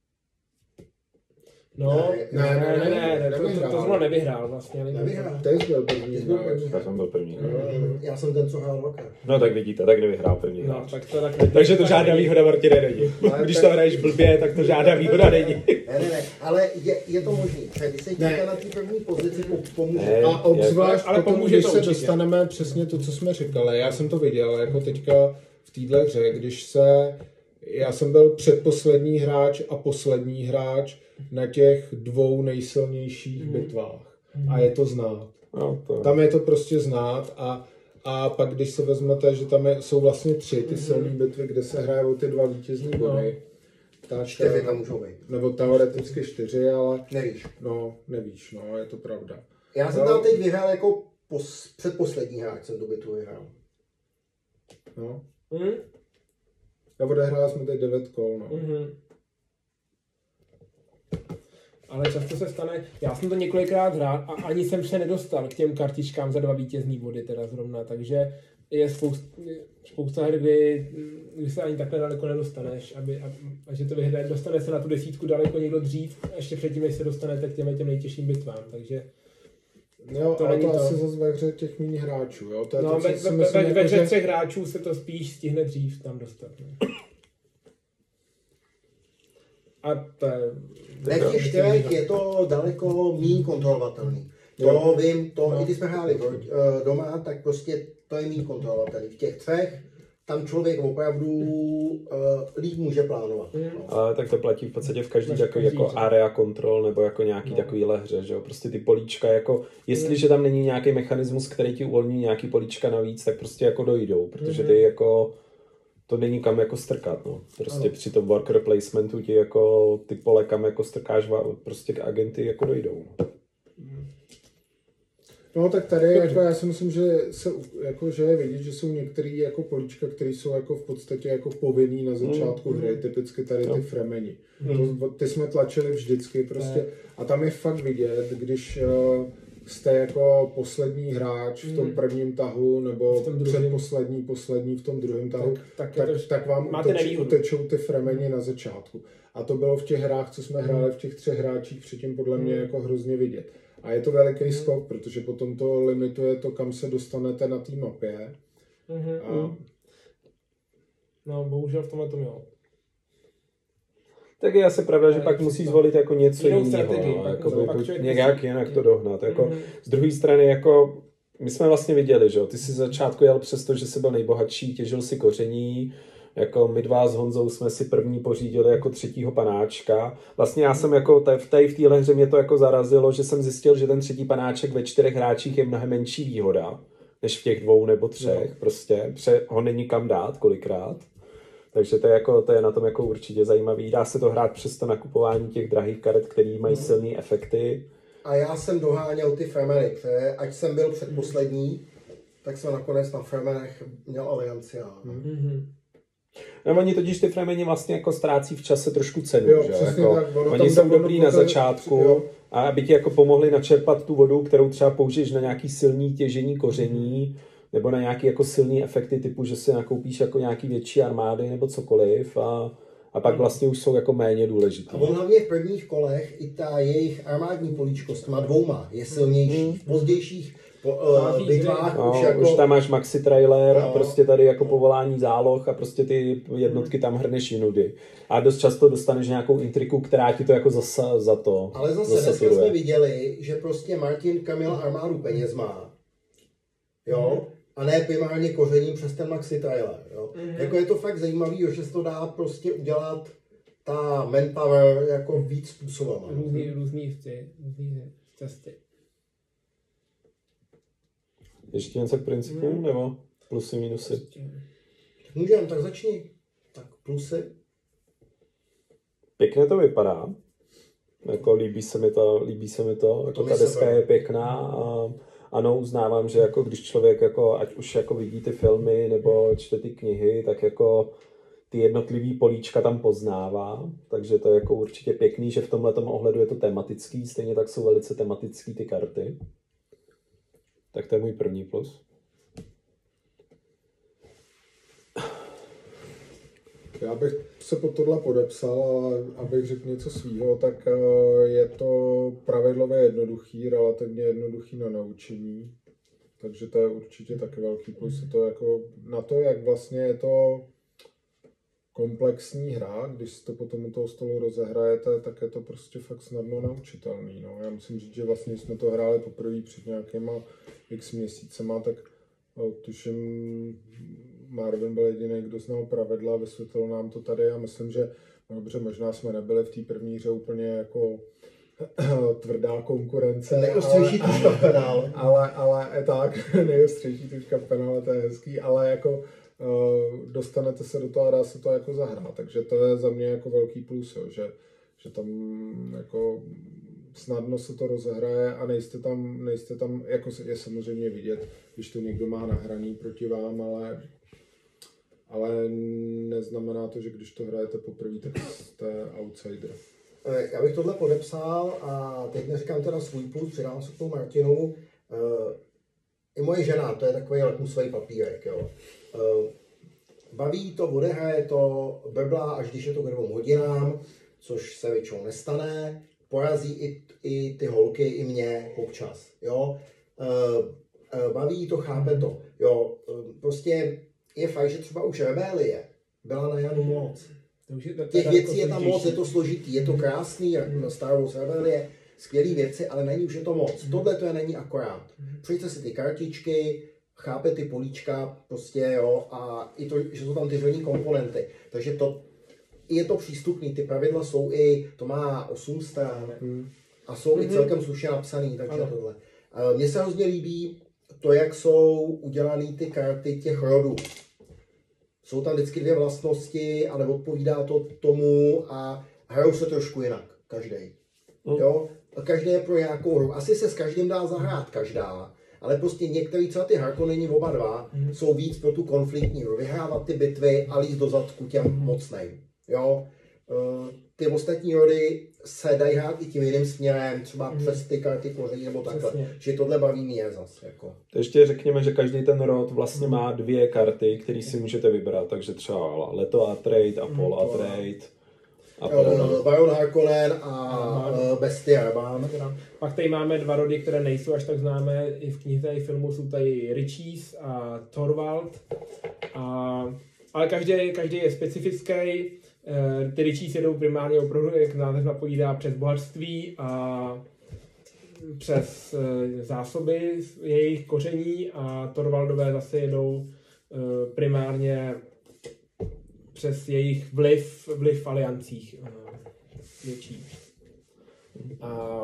No, Ne, ne, ne, ne, ne, ne, ne, to, to, nevyhrál. to zrovna nevyhrál vlastně. nevyhrál. Teď byl první Teď byl hráč. první. Já jsem byl první. Já jsem ten, co hrál dvakrát. No tak vidíte, tak nevyhrál první No, hráč. tak to tak Takže to žádná výhoda, Martine, není. Ale Když tak- to hraješ blbě, tak to žádná výhoda není. Ne, ne, ne, ale je, je to možný. Když se Ne. díká na té první pozici, po- pomůže. Ne. A obzvlášť Ale potom, pomůže když to se určitě. dostaneme přesně to, co jsme říkali. Já jsem to viděl, jako teďka v téhle hře, když se... Já jsem byl předposlední hráč a poslední hráč na těch dvou nejsilnějších Mhm. bitvách. A je to znát. No, to... Tam je to prostě znát a, a pak když se vezmete, že tam je, jsou vlastně tři ty silné bitvy, kde se hraje o ty dva vítězní body, tak, Čtyři tam můžou být. nebo teoreticky čtyři, ale Nevíš. no, nevíš, no, je to pravda. Já jsem No. tam teď vyhrál jako pos, předposlední hráč, jsem tu bitvu vyhrál. No. Hmm? Já odehráli jsme teď devět kol, no. Mhm. Ale často se stane, já jsem to několikrát hrál a ani jsem se nedostal k těm kartičkám za dva vítězný body teda zrovna, takže je spousta, spousta her, kdy, kdy se ani takhle daleko nedostaneš, aby, a, a že to vyhraje, dostane se na tu desítku daleko někdo dřív, ještě předtím, než se dostanete k těm, těm nejtěžším bitvám, takže Jo, To ale není to, to. asi zase ve hře těch méně hráčů, jo. To je no, to, co ve, si ve, myslím, ve, jako, ve hře že- třech hráčů se to spíš stihne dřív tam dostat. No. A to je... Ne, v těch čtyřech je to daleko méně kontrolovatelný. To Jo. vím, to No. i když jsme hráli uh, doma, tak prostě to je méně kontrolovatelný. V těch třech tam člověk opravdu uh, líp může plánovat. Mm. No. Ale tak to platí v podstatě v každý Máš takový každý jako hře. area control nebo jako nějaký No. takovýhle hře, že jo. Prostě ty políčka jako, jestliže tam není nějaký mechanismus, který ti uvolní nějaký políčka navíc, tak prostě jako dojdou, protože ty jako to není kam jako strkat, no. Prostě Ano. při tom worker placementu ti jako ty pole kam jako strkáš, va- prostě k agenty jako dojdou. No tak tady jako já si myslím, že se jako, že je vidět, že jsou některé jako políčka, které jsou jako v podstatě jako povinný na začátku Mm. hry, typicky tady ty Jo. fremeni. Mm. To, ty jsme tlačili vždycky prostě Ne. a tam je fakt vidět, když uh, jste jako poslední hráč v tom Mm. prvním tahu nebo V tom druhém. předposlední, poslední v tom druhém tahu, Tak, tak, tak, je tak, to, tak vám máte uteč, nevýhodu. utečou ty fremeni na začátku. A to bylo v těch hrách, co jsme hráli v těch třech hráčích, předtím podle mě Mm. jako hrozně vidět. A je to veliký skok, protože potom to limituje to, kam se dostanete na té mapě. Mhm. A, No, bohužel v tomhle tom jo. Tak je asi pravda, že Ale pak je musí přesto zvolit jako něco jinou jiného, strategii, no, pak jako musí- by, pak buď člověk nějak musí- jinak to dohnat. Jako, Mhm. z druhé strany, jako my jsme vlastně viděli, že jo, ty jsi z začátku jel přesto, že jsi byl nejbohatší, těžil si koření, jako my dva s Honzou jsme si první pořídili jako třetího panáčka. Vlastně já jsem jako t- v té v téhle hře mě to jako zarazilo, že jsem zjistil, že ten třetí panáček ve čtyřech hráčích je mnohem menší výhoda, než v těch dvou nebo třech, no. Prostě, pře- ho není kam dát kolikrát. Takže to je, jako, to je na tom jako určitě zajímavý. Dá se to hrát přes to nakupování těch drahých karet, které mají silné efekty. A já jsem doháněl ty Fremeny, které, ať jsem byl předposlední, tak jsem nakonec na Fremenech měl alianci. Mhm. No, oni totiž ty Fremeni vlastně jako ztrácí v čase trošku cenu, Jo, že? přesně Jako, tak, ono oni tam jsou tam dobrý ono na to je- začátku jo. a aby ti jako pomohli načerpat tu vodu, kterou třeba použiješ na nějaký silný těžení koření, nebo na nějaký jako silný efekty typu, že si nakoupíš jako nějaký větší armády nebo cokoliv a, a pak vlastně už jsou jako méně důležitý. A on hlavně v prvních kolech i ta jejich armádní políčko s těma dvouma je silnější. V pozdějších po, uh, bitvách No, už už, jako... už tam máš maxi trailer No. a prostě tady jako povolání záloh a prostě ty jednotky tam hrneš jinudy. A dost často dostaneš nějakou intriku, která ti to jako zasa, za to Ale zase dneska zasaturuje. jsme viděli, že prostě Martin Kamil armádu peněz má. Jo? A ne primárně kořením přes ten maxi trailer. Jo? Mhm. Jako je to fakt zajímavý, že se to dá prostě udělat ta manpower jako víc způsobama. Různý, různý, ty, různý cesty. Ještě něco k principům, Hmm. nebo plusy, minusy? Můžeme, tak začni. Tak plusy. Pěkně to vypadá. Jako líbí se mi to, líbí se mi to. Jako To ta mi se deska baví. je pěkná a ano, uznávám, že jako když člověk jako, ať už jako vidí ty filmy nebo čte ty knihy, tak jako ty jednotlivý políčka tam poznává, takže to je jako určitě pěkný, že v tomhletom ohledu je to tematický, stejně tak jsou velice tematický ty karty. Tak to je můj první plus. Já bych se pod tohle podepsal, ale abych řekl něco svýho, tak eh, je to pravidlově jednoduchý, relativně jednoduchý na naučení. Takže to je určitě taky velký plus. Je to jako na to, jak vlastně je to komplexní hra, když si to potom u toho stolu rozehrajete, tak je to prostě fakt snadno naučitelný. No. Já musím říct, že vlastně jsme to hráli poprvé před nějakýma x měsícema, tak no, tuším, Marvin byl jediný, kdo znal pravidla, vysvětlil nám to tady a myslím, že no dobře, možná jsme nebyli v té první hře úplně jako tvrdá konkurence. Nejostřejší tuška v penále. Ale, ale tak, nejostřejší tuška v penále, to je hezký, ale jako uh, dostanete se do toho a dá se to jako zahrát, takže to je za mě jako velký plus, jo, že, že tam jako snadno se to rozehraje a nejste tam, nejste tam, jako je samozřejmě vidět, když to někdo má nahraný proti vám, ale ale neznamená to, že když to hrajete poprvé, tak jste outsider. Já bych tohle podepsal a teď neříkám teda svůj plus, přidám se k tomu Martinu. I moje žena, to je takový lakmusový papírek. Jo. Baví to, odehraje to, brblá, až když je to k dvou hodinám, což se většinou nestane. Porazí i, i ty holky, i mě občas. Jo. Baví to, chápe to. Jo. Prostě je fakt, že třeba už Rebelie byla na Janu moc. Těch věcí je tam moc, je to složitý, je to krásný, Star Wars Rebelie, skvělý věci, ale není už je to moc. Tohle to je není akorát. Přijďte si ty kartičky, chápe ty políčka, prostě jo, a i to, že jsou tam ty řadní komponenty. Takže to, je to přístupný, ty pravidla jsou i, to má osm stran a jsou mm-hmm. i celkem slušně napsaný, takže ano. Tohle. Mně se hrozně líbí to, jak jsou udělaný ty karty těch rodů. Jsou tam vždycky dvě vlastnosti, ale odpovídá to tomu a hrajou se trošku jinak, každý. Mm. Jo? A každý je pro nějakou hru. Asi se s každým dá zahrát každá, ale prostě některý, třeba ty Harkonneni oba dva, mm. jsou víc pro tu konfliktní hru. Vyhrávat ty bitvy a líst do zadku těm mm. mocným. Jo? Ty ostatní rody se dají hrát i tím jiným směrem, třeba mm. přes ty karty koření nebo takhle. Přesně. Že tohle baví mě zase. Jako. Ještě řekněme, že každý ten rod vlastně mm. má dvě karty, které si můžete vybrat, takže třeba Leto a Trade, Apollo mm. a Trade. A uh, Baron Harkonnen a uh, Bestia Raban. Pak tady máme dva rody, které nejsou až tak známé. I v knize, i v filmu jsou tady Richies a Thorvald. A, ale každý, každý je specifický. Ty Richies jedou primárně opravdu, jak název napovídá, přes bohatství a přes zásoby jejich koření, a Thorvaldové zase jedou primárně přes jejich vliv, vliv v aliancích větší. A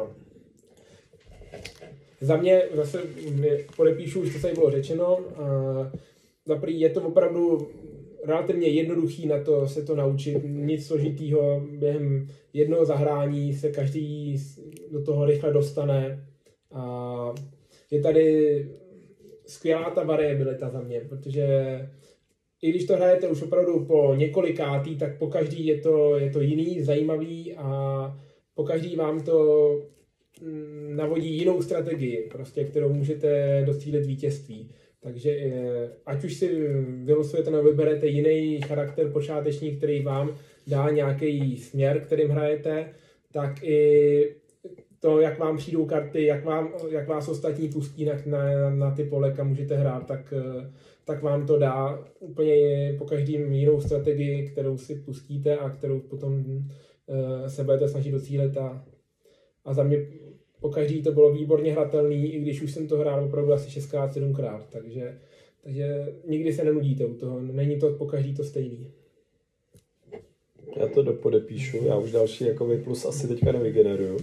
za mě zase podepíšu už, co tady bylo řečeno. Zaprý je to opravdu relativně jednoduchý na to se to naučit, nic složitýho, během jednoho zahrání se každý do toho rychle dostane. A je tady skvělá ta variabilita za mě, protože i když to hrajete už opravdu po několikátý, tak po každý je to, je to jiný, zajímavý a po každý vám to navodí jinou strategii, prostě, kterou můžete docílit vítězství. Takže ať už si vylosujete nebo vyberete jiný charakter počáteční, který vám dá nějaký směr, kterým hrajete, tak i to, jak vám přijdou karty, jak, vám, jak vás ostatní pustí na, na, na ty pole, kam můžete hrát, tak, tak vám to dá úplně po každým jinou strategii, kterou si pustíte a kterou potom uh, se budete snažit docílit. A, a za mě po každý to bylo výborně hratelný, i když už jsem to hrál opravdu asi šestkrát, sedmkrát, takže, takže nikdy se nenudíte u toho, není to po každý to stejný. Já to dopodepíšu, já už další jakoby plus asi teďka nevygeneruju.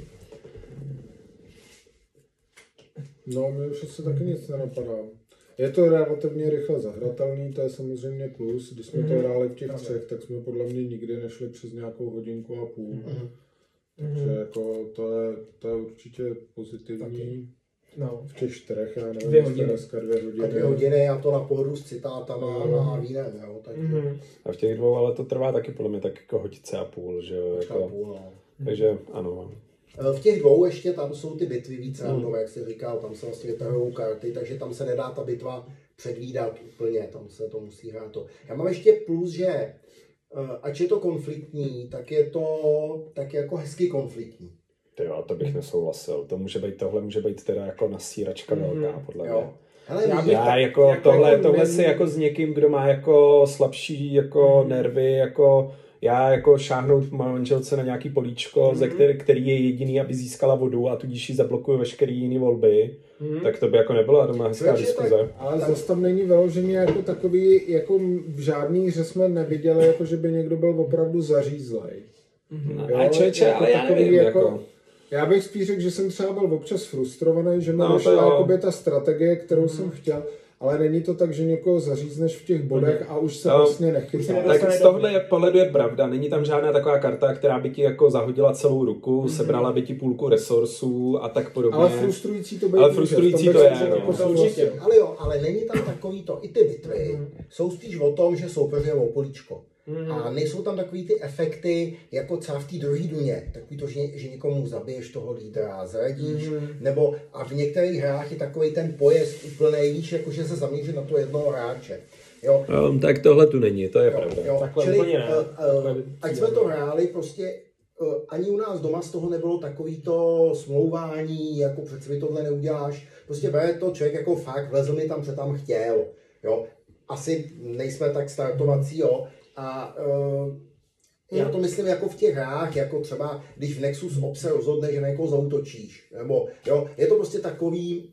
No, mě už se taky nic nenapadá. Je to relativně rychle zahratelný, to je samozřejmě plus. Když jsme mm-hmm. to hráli v těch třech, tak jsme podle mě nikdy nešli přes nějakou hodinku a půl. Mm-hmm. Takže mm-hmm. jako to je, to je určitě pozitivní. No. V těch čtyřech, já nevím, dvě hodiny. Dneska dvě hodiny. A dvě hodiny a to na pohodu s citátama mm-hmm. a vínem, jo. Takže... Mm-hmm. A v těch dvou, ale to trvá taky podle mě tak jako hodice a půl, že jo. Jako... Půl, no. Takže ano. V těch dvou ještě tam jsou ty bitvy víc randové, jak jsi říkal, tam se vlastně vytahují karty, takže tam se nedá ta bitva předvídat úplně, tam se to musí hrát to. Já mám ještě plus, že ač je to konfliktní, tak je to tak jako hezky konfliktní. Jo, to bych nesouhlasil. To může být, tohle může být teda jako nasíračka mm-hmm. velká, podle mě. Hele, já, bych, já jako, jako tohle, jako tohle si jako s někým, kdo má jako slabší jako mm-hmm. nervy, jako já jako šáhnout manželce na nějaký políčko, mm-hmm. ze který, který je jediný, aby získala vodu a tudíž ji zablokuju veškerý jiný volby, mm-hmm. tak to by jako nebyla doma hezká diskuze. Tak, ale zase tam není vyloženě jako takový, jako v žádný hře jsme neviděli, jako že by někdo byl opravdu zařízlej. Mm-hmm. Jo, a čeče, jako ale já nevím, jako... jako... Já bych spíš řekl, že jsem třeba byl občas frustrovaný, že mi no, nešla jakoby ta strategie, kterou mm. jsem chtěl, ale není to tak, že někoho zařízneš v těch bodech a už se no, vlastně nechytá. Tak z tohle pohledu je pravda, není tam žádná taková karta, která by ti jako zahodila celou ruku, mm. sebrala by ti půlku resursů a tak podobně. Ale frustrující to být Ale frustrující to, to je, no. Určitě. Ale jo, ale není tam takový to, i ty bitvy mm. jsou spíš o tom, že soupeř je o políčko. Mm. A nejsou tam takový ty efekty, jako třeba v té druhé duně, takový to, že, že někomu zabiješ toho lídra, zradíš, mm. nebo a v některých hrách je takový ten pojezd úplnej, víš, jako že se zaměří na to jednoho hráče. Jo. Um, tak tohle tu není, to je jo, pravda. Jo. Čili, uh, uh, ať jsme to hráli, prostě uh, ani u nás doma z toho nebylo takový to smlouvání, jako přece mi tohle neuděláš. Prostě bere to člověk jako fakt, vlezl mi tam, co tam chtěl. Jo. Asi nejsme tak startovací, jo. A uh, já to myslím jako v těch hrách, jako třeba, když v Nexus Ops se rozhodne, že na někoho zaútočíš. Nebo, jo, je to prostě takový,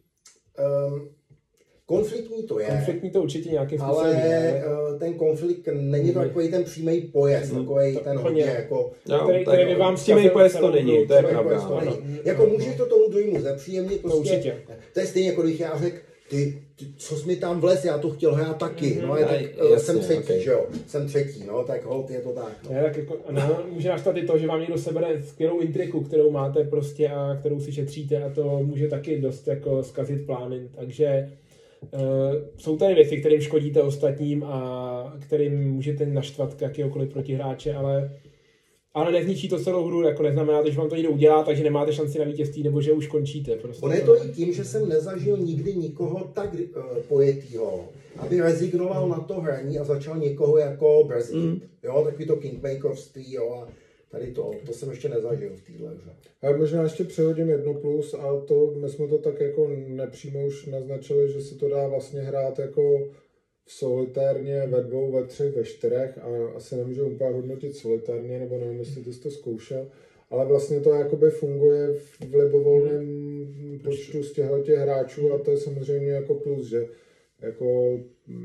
um, konfliktní to je. Konfliktní to určitě nějakým způsobem ale je. Uh, ten konflikt není to takový ten přímý pojezd, mm, takový to, ten hodně jako... No, který, který by vám přímý pojezd to není, to je pravda. Jako můžeš to tomu druhému zepříjemnit, prostě, no, to je stejně jako když já řekl, ty, ty, co jsi mi tam vlez, já to chtěl hrát taky, mm-hmm. no, je tak, jasně, jsem třetí, okay. že jo, jsem třetí, no, tak holt je to tak. No. Je, tak jako, no, může naštvat i to, že vám někdo sebere skvělou intriku, kterou máte prostě a kterou si šetříte a to může taky dost jako zkazit plány, takže uh, jsou tady věci, kterým škodíte ostatním a kterým můžete naštvat jakýhokoliv protihráče, ale ale nezničí to celou hru, jako neznamená to, že vám to někdo udělá, takže nemáte šanci na vítězství, nebo že už končíte. Prostě. On je to i tím, že jsem nezažil nikdy nikoho tak uh, pojetýho, aby rezignoval na to hraní a začal někoho jako brzdit. Mm. Jo, takový to kingmakerství, jo, a tady to, to jsem ještě nezažil v téhle hře. Ale možná ještě přehodím jedno plus a to, my jsme to tak jako nepřímo už naznačili, že se to dá vlastně hrát jako v solitérně ve dvou, ve třech, ve čtyřech a asi nemůžu úplně hodnotit solitérně, nebo nevím, jestli ty jsi to zkoušel, ale vlastně to jakoby funguje v libovolném počtu z těchto hráčů a to je samozřejmě jako plus, že jako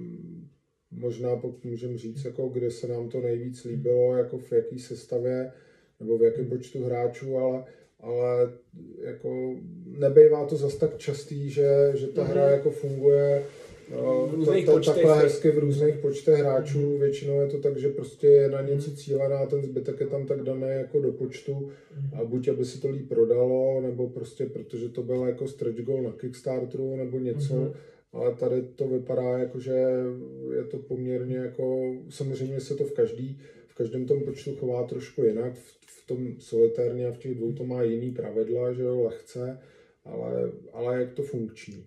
možná pokud můžeme říct, jako kde se nám to nejvíc líbilo, jako v jaký sestavě nebo v jakém počtu hráčů, ale, ale jako nebejvá to zas tak častý, že, že ta hra jako funguje v různých to, to, počtech. takhle hezky v různých počtech hráčů. Většinou je to tak, že prostě je na něco cílená a ten zbytek je tam tak daný jako do počtu a buď aby se to líp prodalo, nebo prostě protože to byl jako stretch goal na Kickstarteru nebo něco. Mm-hmm. Ale tady to vypadá jako, že je to poměrně jako, samozřejmě se to v každý, v každém tom počtu chová trošku jinak, v, v tom solitérně a v těch dvou to má jiný pravidla, že jo, lehce, ale, ale jak to funkční.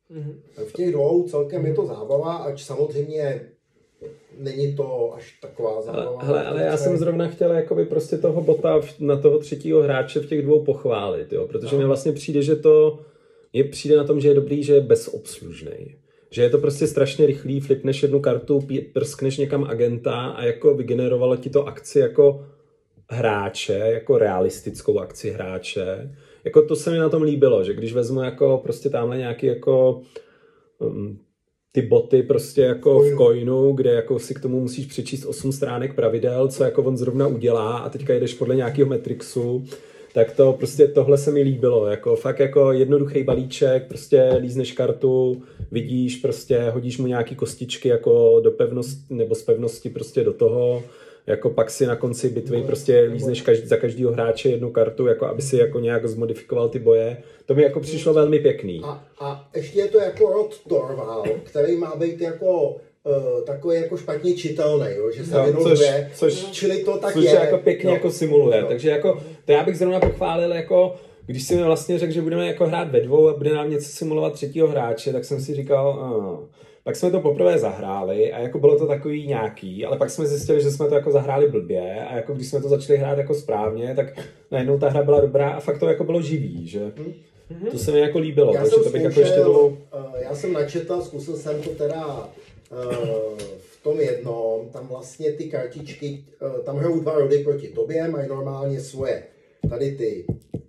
V těch dvou celkem je to zábava, ač samozřejmě není to až taková zábava. Hele, ale já jsem zrovna chtěl jakoby prostě toho bota na toho třetího hráče v těch dvou pochválit, jo, protože mi vlastně přijde, že to je přijde na tom, že je dobrý, že je bezobslužnej. Že je to prostě strašně rychlý, flipneš jednu kartu, prskneš někam agenta a jako vygenerovalo ti to akci jako hráče, jako realistickou akci hráče. Jako to se mi na tom líbilo, že když vezmu jako prostě tamhle nějaký jako um, ty boty prostě jako v coinu, kde jako si k tomu musíš přečíst osm stránek pravidel, co jako on zrovna udělá a teďka jdeš podle nějakého Matrixu, tak to prostě tohle se mi líbilo, jako fakt jako jednoduchý balíček, prostě lízneš kartu, vidíš, prostě hodíš mu nějaký kostičky jako do pevnosti, nebo z pevnosti prostě do toho, jako pak si na konci bitvy prostě lízneš každý, za každýho hráče jednu kartu, jako aby si jako nějak zmodifikoval ty boje. To mi jako přišlo velmi pěkný. A, a ještě je to jako rod Torval, který má být jako Uh, takový jako špatně čitelný, jo? Že se no, což, což, čili to tak což je. jako pěkně no. jako simuluje, no. Takže jako to já bych zrovna pochválil jako, když si mi vlastně řekl, že budeme jako hrát ve dvou a bude nám něco simulovat třetího hráče, tak jsem si říkal, uh. Pak jsme to poprvé zahráli a jako bylo to takový nějaký, ale pak jsme zjistili, že jsme to jako zahráli blbě a jako když jsme to začali hrát jako správně, tak najednou ta hra byla dobrá a fakt to jako bylo živý, že mm-hmm. to se mi jako líbilo, já takže to bych jako ještě dlouho... Uh, já jsem načetl, zkusil jsem to teda uh, v tom jednom, tam vlastně ty kartičky, uh, tam hrajou dva rody proti tobě, mají normálně svoje tady ty,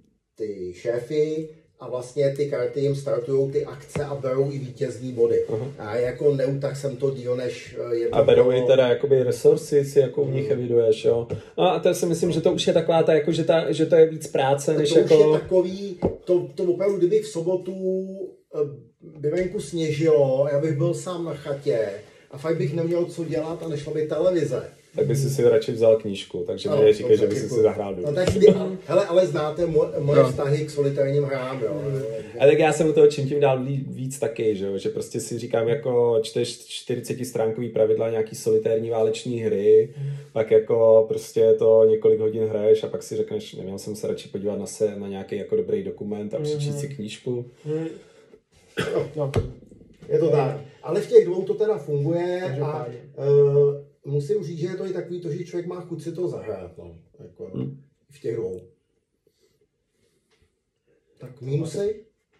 ty šéfy, a vlastně ty karty jim startují ty akce a berou i vítězní body. Uh-huh. A jako neutah jsem to díl než jedno. A berou i teda jakoby resources, jako v nich eviduješ, jo. No a to si myslím, že to už je taková ta, jako, že, ta, že to je víc práce, to než to jako... To už je takový, to, to opravdu, kdyby v sobotu by venku sněžilo, já bych byl sám na chatě a fakt bych neměl co dělat a nešla by televize. Tak by si si radši vzal knížku, takže mi říkej, že by si si zahrál dům. No tak ty, hele, ale znáte mo- moje no. vztahy k solitárním hrám, jo. A tak já jsem u toho čím tím dál víc taky, že, že prostě si říkám jako čteš čtyřicetistránkový pravidla nějaký solitérní váleční hry, mm. pak jako prostě to několik hodin hraješ a pak si řekneš, neměl jsem se radši podívat na se na nějaký jako dobrý dokument a přečíst mm. si knížku. Mm. No. Je to tak. Ale v těch dvou to teda funguje a uh, musím říct, že je to i takový to, že člověk má chuť si to zahrát, no. Jako hmm. v těch dvou. Tak mínusy?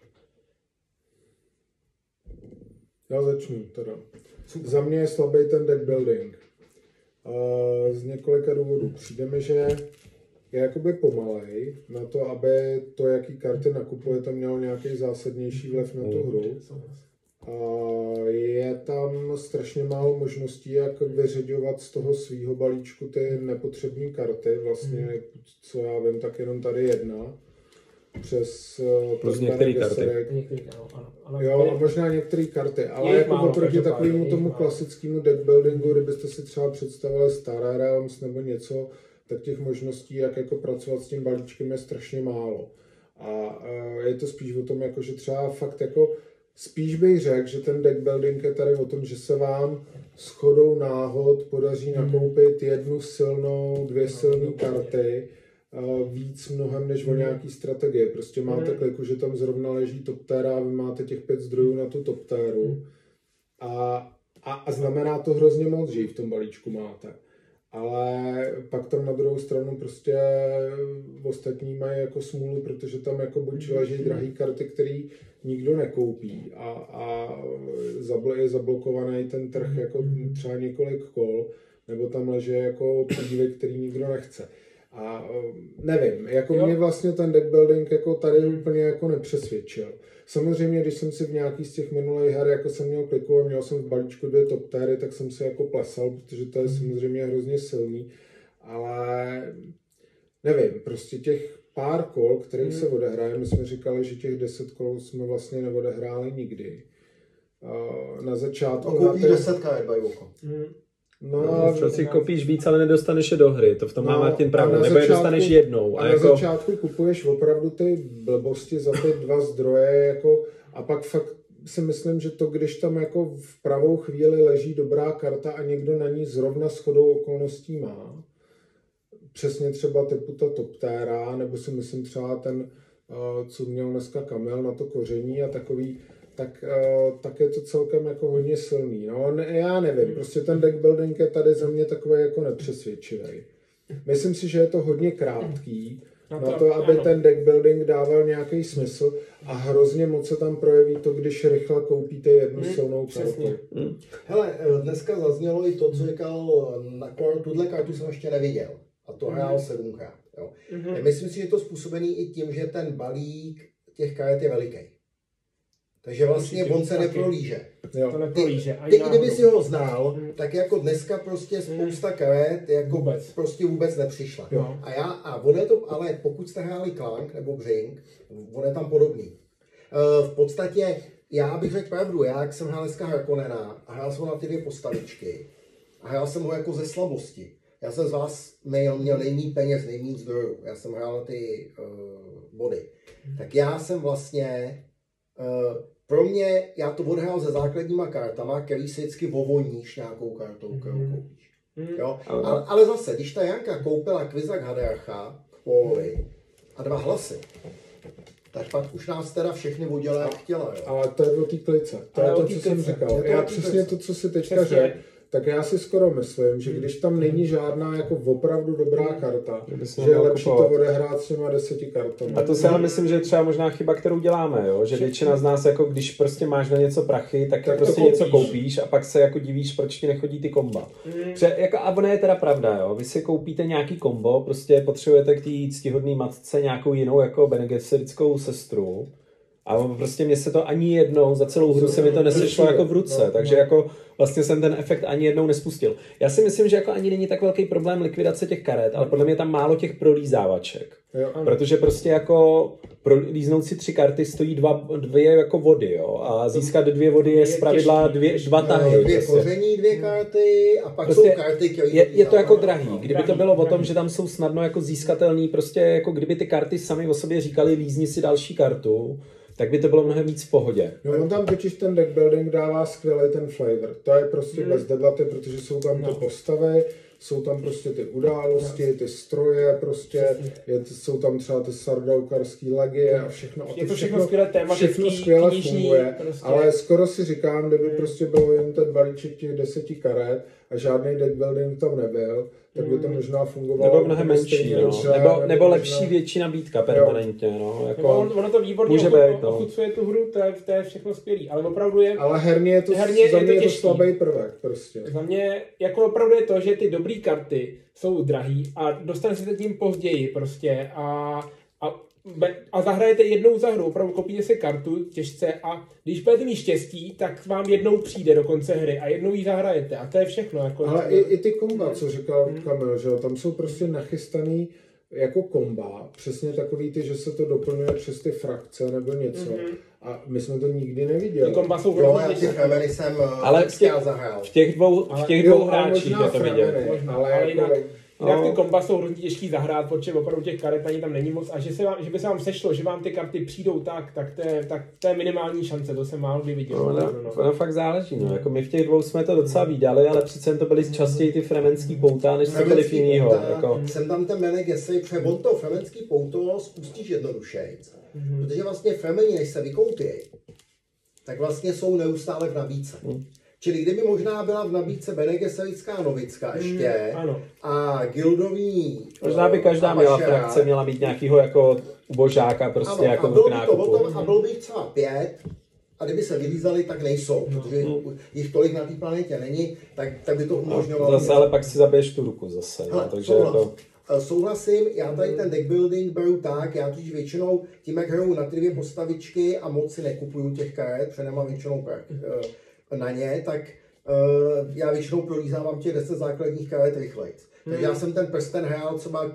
Já začnu teda. Za mě je slabý ten deck building. A z několika důvodů. Přijde mi, že je jakoby pomalej na to, aby to, jaký karty nakupujete, mělo nějaký zásadnější vliv na tu hru. A je tam strašně málo možností, jak vyřadovat z toho svýho balíčku ty nepotřebné karty. Vlastně, co já vím, tak jenom tady jedna. Přes plus některé karty. Jo, a možná některé karty, ale jako oproti takovému tomu klasickému deck buildingu, kdybyste si třeba představili Star Realms nebo něco, tak těch možností, jak jako pracovat s tím balíčkem, je strašně málo. A je to spíš o tom, jako, že třeba fakt jako spíš bych řekl, že ten deck building je tady o tom, že se vám shodou náhod podaří nakoupit jednu silnou, dvě silné karty, víc mnohem než o nějaký strategie. Prostě máte kliku, že tam zrovna leží top tier a vy máte těch pět zdrojů na tu top tieru. A, a, a znamená to hrozně moc, že ji v tom balíčku máte. ale pak tam na druhou stranu prostě ostatní mají jako smůlu, protože tam jako buď leží drahý karty, který nikdo nekoupí a, a je zablokovaný ten trh jako třeba několik kol, nebo tam leží jako podívy, který nikdo nechce. A nevím, jako jo. mě vlastně ten deckbuilding jako tady úplně jako nepřesvědčil. Samozřejmě, když jsem si v nějaký z těch minulých her, jako jsem měl kliku a měl jsem v balíčku dvě top tiry, tak jsem si jako plesal, protože to je samozřejmě hrozně silný, ale nevím, prostě těch pár kol, kterých se odehraje, my jsme říkali, že těch deset kol jsme vlastně neodehráli nikdy. Na začátku... A koupíš deset karet, bajvoko. No, no co si koupíš víc, ale nedostaneš je do hry, to v tom no, má Martin pravdu, nebo je dostaneš jednou. A, a na jako... začátku kupuješ opravdu ty blbosti za ty dva zdroje, jako, a pak fakt si myslím, že to, když tam jako v pravou chvíli leží dobrá karta a někdo na ní zrovna shodou okolností má, přesně třeba typu ta Toptéra, nebo si myslím třeba ten, co měl dneska Kamil na to koření a takový, tak, uh, tak je to celkem jako hodně silný. No, ne, já nevím, prostě ten deckbuilding je tady za mě takový jako nepřesvědčivý. Myslím si, že je to hodně krátký na to, na to aby ano. ten deckbuilding dával nějaký smysl a hrozně moc se tam projeví to, když rychle koupíte jednu hmm, silnou kartu. Hmm. Hele, dneska zaznělo i to, co říkal, na tuhle kartu jsem ještě neviděl a to hrál hmm. sedmkrát. Jo. Hmm. Myslím si, že je to způsobený i tím, že ten balík těch karet je veliký. Takže vlastně on se neprolíže. Jo. To neprolíže. Ty, ty kdyby si ho znal, hmm. tak jako dneska prostě spousta karet jako vůbec. prostě vůbec nepřišla. Jo. A já, a on je to, ale pokud jste hráli Clank nebo Brink, on je tam podobný. Uh, v podstatě, já bych řekl pravdu, já jak jsem hrál dneska Harkonnena a hrál jsem ho na ty dvě postavičky a hrál jsem ho jako ze slabosti. Já jsem z vás měl, měl nejméně peněz, nejméně zdrojů. Já jsem hrál na ty uh, body. Hmm. Tak já jsem vlastně Uh, pro mě, já to odhrál se základníma kartama, který si vždycky vovoníš nějakou kartou, kterou koupíš. Jo? Ale, ale zase, když ta Janka koupila Kvizak Hadarcha k Pólovi a dva hlasy, tak pak už nás teda všechny vodila, jak chtěla. Jo? Ale to je o té klice. To ale je to, co jsem říkal. Já přesně to, co si teďka řekl, tak já si skoro myslím, že když tam není žádná jako opravdu dobrá karta, že je lepší kupovat. To odehrát s těma deseti kartami. A to si ale myslím, že je třeba možná chyba, kterou děláme, jo? Že většina z nás, jako když prostě máš na něco prachy, tak, tak prostě koupíš. něco koupíš a pak se jako divíš, proč ti nechodí ty komba. Mm. Že, jako, a ono je teda pravda, jo? Vy si koupíte nějaký kombo, prostě potřebujete k té ctihodné matce nějakou jinou jako Bene Gesseritskou sestru. A prostě mě se to ani jednou, za celou hru se mi to nesešlo jako v ruce, no, takže no. jako vlastně jsem ten efekt ani jednou nespustil. Já si myslím, že jako ani není tak velký problém likvidace těch karet, ale podle mě tam málo těch prolízávaček. Jo, protože prostě jako prolíznout si tři karty stojí dva, dvě jako vody, jo, a získat dvě vody je zpravidla dvě, dva tahy. Dvě prostě. koření, dvě karty a pak prostě jsou karty, které... Je, je to jako drahý. Kdyby to bylo o tom, že tam jsou snadno jako získatelný, prostě jako kdyby ty karty sami o sobě říkali lízni si další kartu, tak by to bylo mnohem víc v pohodě. No on tam totiž ten deckbuilding dává skvělý ten flavor. To je prostě hmm. bez debaty, protože jsou tam no. ty postavy, jsou tam prostě ty události, ty stroje, prostě je, jsou tam třeba ty sardaukarský legie a všechno. Je to všechno skvěle tématický, všechno skvěle knižní, funguje, prostě. Ale skoro si říkám, kdyby hmm. prostě byl jen ten balíček těch deseti karet a žádný deckbuilding tam nebyl, tak by to možná fungovalo. Nebo mnohem menší, no. Třeba, nebo, nebo, nebo lepší možná... větší nabídka permanentně, no. Jako, on, ono to výborně může být, no. ochucuje tu hru, to je, to je všechno skvělý, ale opravdu je... Ale herně je to, herně za mě je to, to slabý prvek, prostě. Za mě, jako opravdu je to, že ty dobrý karty jsou drahý a dostanete se tím později prostě a, a, a zahrajete jednou za hru, opravdu koupíte si kartu těžce a když budete mít štěstí, tak vám jednou přijde do konce hry a jednou ji zahrajete a to je všechno. Jako ale i, i ty komba, co říkal hmm. Kamil, že tam jsou prostě nachystaný jako komba, přesně takový ty, že se to doplňuje přes ty frakce nebo něco. Mm-hmm. A my jsme to nikdy neviděli. Ty komba jsou jo, já těch Fremeny jsem ale v těch, v těch dvou, v těch dvou hráčích je to vidět. Ale, ale jinak, jinak ty komba jsou hrozně těžký zahrát, protože opravdu těch karet ani tam není moc. A že, se vám, že by se vám sešlo, že vám ty karty přijdou tak, tak to je, tak to je minimální šance, to jsem málo kdy viděl. No, no, no. To fakt záleží. No. Jako my v těch dvou jsme to docela vídali, ale přece to byly častěji ty fremenský pouta, než cokoliv jinýho. Jako. Jsem tam ten Bene Gesserit, protože on to fremenský pouto spustíš jednodušejc. Mm-hmm. Protože vlastně Fremeni, než se vykoutějí, tak vlastně jsou neustále v nabídce. Mm. Čili kdyby možná byla v nabídce Bene Gesseritská Novicka ještě Mm, ano. a gildovní... Možná by každá měla frakce, měla mít nějakýho jako ubožáka prostě ano, jako a bylo k by to nákupu. o tom, a bylo by jich třeba pět, a kdyby se vylízali, tak nejsou, protože jich tolik na té planetě není, tak, tak by to umožňovalo. No, zase, ale pak si zabiješ tu ruku zase. Hele, No, takže souhlas. jako... Souhlasím, já tady ten deck building beru tak, já totiž většinou tím, jak hraju na ty dvě postavičky a moc si nekupuju těch karet, protože nemám většinou karet na ně, tak uh, já většinou prolízávám těch deset základních karet rychleji. Hmm. Takže já jsem ten prsten hrál třeba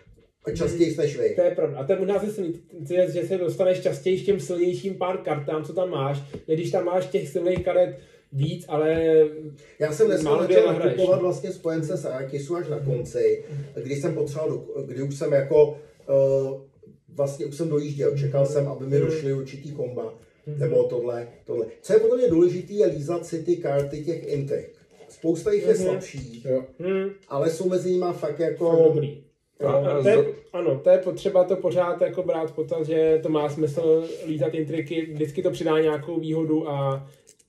častěji než vy. To je pravda. A to je možná si myslí, že se dostaneš častěji s těm silnějším pár kartám, co tam máš, než když tam máš těch silných karet víc, ale já jsem dneska málo začal nahraješ. nakupovat vlastně spojence s Arakisu až na konci, když jsem potřeboval, kdy už jsem jako uh, vlastně už jsem dojížděl, čekal jsem, aby mi došly určitý komba, nebo tohle, tohle. Co je podle mě důležitý, je lízat si ty karty těch intrik. Spousta jich je slabší, hmm. ale jsou mezi nimi fakt jako... Fakt dobrý. A- a To je, z- ano, to je potřeba to pořád jako brát v potaz, že to má smysl lítat intriky, vždycky to přidá nějakou výhodu a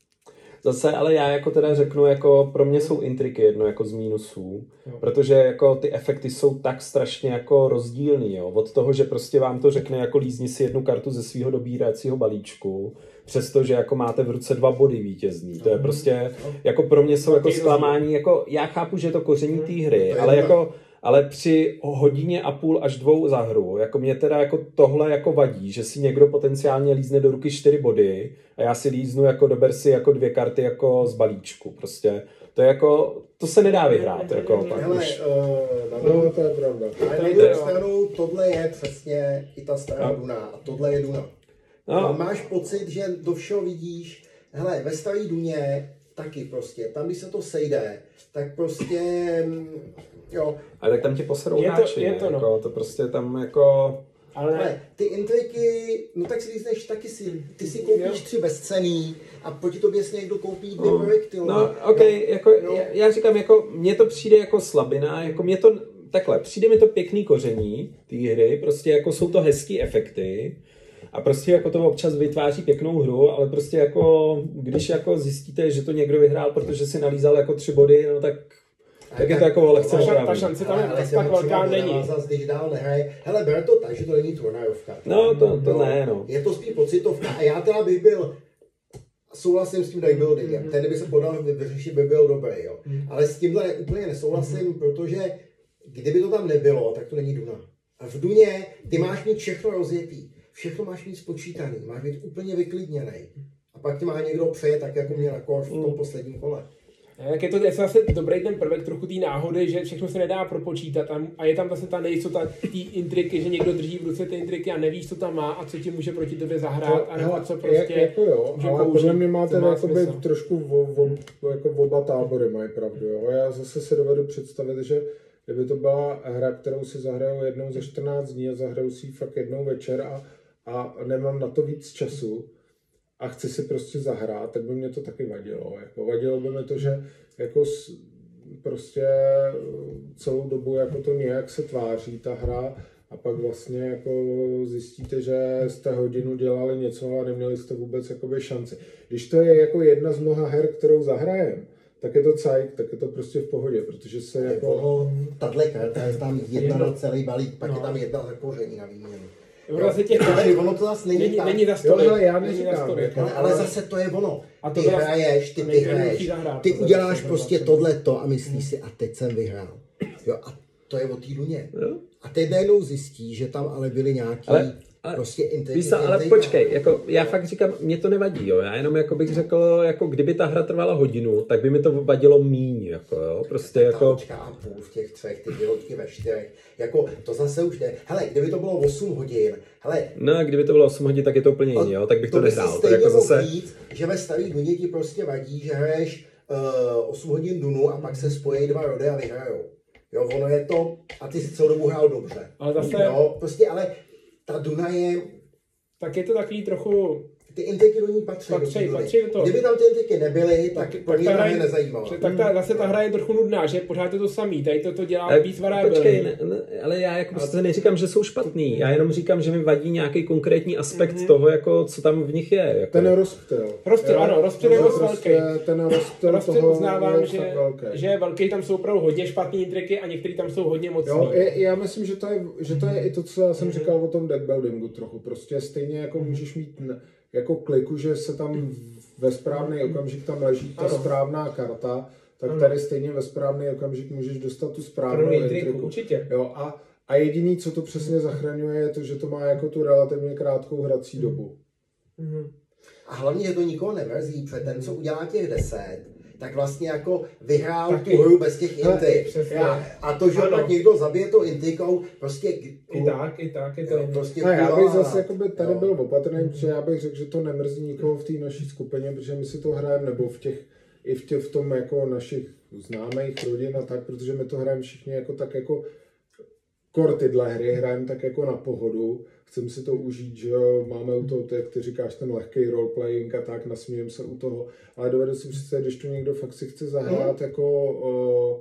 Zase, ale já jako teda řeknu, jako pro mě jsou intriky jedno jako z mínusů, protože jako ty efekty jsou tak strašně jako rozdílný, jo. Od toho, že prostě vám to řekne jako lízni si jednu kartu ze svého dobíracího balíčku, přestože jako máte v ruce dva body vítězný. To je prostě, jako pro mě jsou jako zklamání, jako já chápu, že je to koření té hry, ale jako ale při hodině a půl až dvou za hru, jako mě teda jako tohle jako vadí, že si někdo potenciálně lízne do ruky čtyři body a já si líznu jako dober si jako dvě karty jako z balíčku, prostě. To je jako, to se nedá vyhrát, jako pak Hele, už. uh, No, to je pravda. ale na druhou stranu tohle je přesně i ta stará No. Duna a tohle je Duna. No. Máš pocit, že do všeho vidíš, hele, ve staré Duně taky prostě, tam, když se to sejde, tak prostě, mm, jo, Ale tak tam tě poserou Je to- hráči, je to, no. jako, to prostě tam jako... ale ne. ale ty intriky, no tak si lízneš taky si, ty si koupíš Jo. tři bezcenný a proti tobě si někdo koupí dvě projektily. No, ok, Jo. jako, Jo. já, já říkám, jako, mně to přijde jako slabina, jako mě to, takhle, přijde mi to pěkný koření té hry, prostě jako jsou to hezký efekty a prostě jako to občas vytváří pěknou hru, ale prostě jako, když jako zjistíte, že to někdo vyhrál, protože si nalízal jako tři body, no tak, tak je to jako lehce Ta ša- ta opravdu. šance tam Ale, je ale tak, jsem tak velká třeba není. navázat, když dál nehraje. Hele, ber to tak, že to není turnajovka. No, to, to ne, no. Je to spíš pocitovka a já teda bych byl, souhlasím s tím deck buildingem, Mhm. ten kdyby se podal vyřešit, by byl dobrý, jo. Ale s tímhle ne, úplně nesouhlasím, protože kdyby to tam nebylo, tak to není Duna. A v Duně ty máš mít všechno rozjetý, všechno máš mít spočítaný, máš být úplně vyklidněný. A pak ti má někdo přeje, tak jako mě na kor v tom posledním kole. Jak je to je zase dobrý ten prvek trochu té náhody, že všechno se nedá propočítat a, a je tam zase ta nejistota té intriky, že někdo drží v ruce ty intriky a nevíš, co tam má a co ti může proti tobě zahrát a nebo Hele, co prostě jak, jako jo, může ale použít, podle mě co máte má jakoby smysl. trošku vo, vo, jako oba tábory mají pravdu. Jo? Já zase si dovedu představit, že kdyby to byla hra, kterou si zahraju jednou za čtrnáct dní a zahraju si ji fakt jednou večer a, a nemám na to víc času a chci si prostě zahrát, tak by mě to taky vadilo. Jako vadilo by mi to, že jako s, prostě celou dobu jako to nějak se tváří ta hra a pak vlastně jako zjistíte, že jste hodinu dělali něco a neměli jste vůbec jakoby šanci. Když to je jako jedna z mnoha her, kterou zahrajem, tak je to cajk, tak je to prostě v pohodě, protože se Jako... jako... Ono, tahle karta je tam jedna Jedno. na celý balík, pak No. je tam jedna za koření na výměnu. Jo, zase těch Takže karet ono to zase není, není, tak. není za Jo, stolik. hele, já není neříkám, za stolik. jako- Ale, ale zase to je ono. A Ty to byla- hraješ, ty nejde vyhraješ, jednoduchý zahrát, ty to je uděláš zase prostě vlastně. tohleto a myslíš si, a teď jsem vyhrál. Jo, a to je o té Duně. Jo. A teď najednou zjistí, že tam ale byly nějaký Ale- ale- prostě intri- Víš co, ale intriga. počkej, jako já fakt říkám, mě to nevadí, jo, já jenom jako bych řekl, jako kdyby ta hra trvala hodinu, tak by mi to vadilo míň, jako jo, prostě Ta jako, hoďka a půl v těch třech, ty dvě hoďky ve čtyřech. Jako, to zase už ne. Hele, kdyby to bylo osm hodin, hele, no a kdyby to bylo osm hodin, tak je to úplně jiný, jo, tak bych to, by si nehrál, to stejně jako mohl zase, říct, že ve starý Duně ti prostě vadí, že hraješ uh, osm hodin Dunu a pak se spojí dva rody a vyhrajou. Jo, ono je to, a ty si celou dobu hrál dobře. Ale zase- Jo, prostě, ale ta Duna je, Tak je to takový trochu ty intriky do ní patří. Patří, do patří do toho. Kdyby tam ty intriky nebyly, tak, tak pro mě ta hra nezajímala. Tak ta, zase ta hra je trochu nudná, že pořád je to samý, tady to, to dělá víc variabilní. Počkej, ne, ne, ale já jako prostě neříkám, že jsou špatný, já jenom říkám, že mi vadí nějaký konkrétní aspekt mm-hmm. toho, jako, co tam v nich je. Jako. Ten rozptyl. Rozptyl, ano, rozptyl je moc velký. Ten rozptyl, rozptyl toho uznávám, je že, velký. že je velký, tam jsou opravdu hodně špatný intriky a některý tam jsou hodně mocný. Jo, je, já myslím, že to, je, že to je i to, co já jsem mm-hmm. říkal o tom deckbuildingu trochu. Prostě stejně jako můžeš mít jako kliku, že se tam ve správný okamžik tam leží ta ano. správná karta, tak ano. tady stejně ve správný okamžik můžeš dostat tu správnou intriku. Určitě. Jo, a, a jediný, co to přesně zachraňuje, je to, že to má jako tu relativně krátkou hrací dobu. Mm-hmm. A hlavně, že to nikoho nemrzí, protože ten, co udělá těch deset, tak vlastně jako vyhrál Taky. tu hru bez těch intrik. A to, že pak někdo zabije tou intrikou, prostě... I tak, i tak, je to jo, prostě a já bych zase jakoby tady jo. byl opatrný, protože já bych řekl, že to nemrzí nikoho v té naší skupině, protože my si to hrajeme, nebo v těch, i v, těch, v tom jako našich známých rodin a tak, protože my to hrajeme všichni jako tak jako kor tyhle hry, hrajeme tak jako na pohodu, chceme si to užít, že jo, máme u toho, jak ty říkáš, ten lehký roleplaying a tak, nasmějeme se u toho, ale dovedu si představit, když to někdo fakt si chce zahrát hmm. jako... O,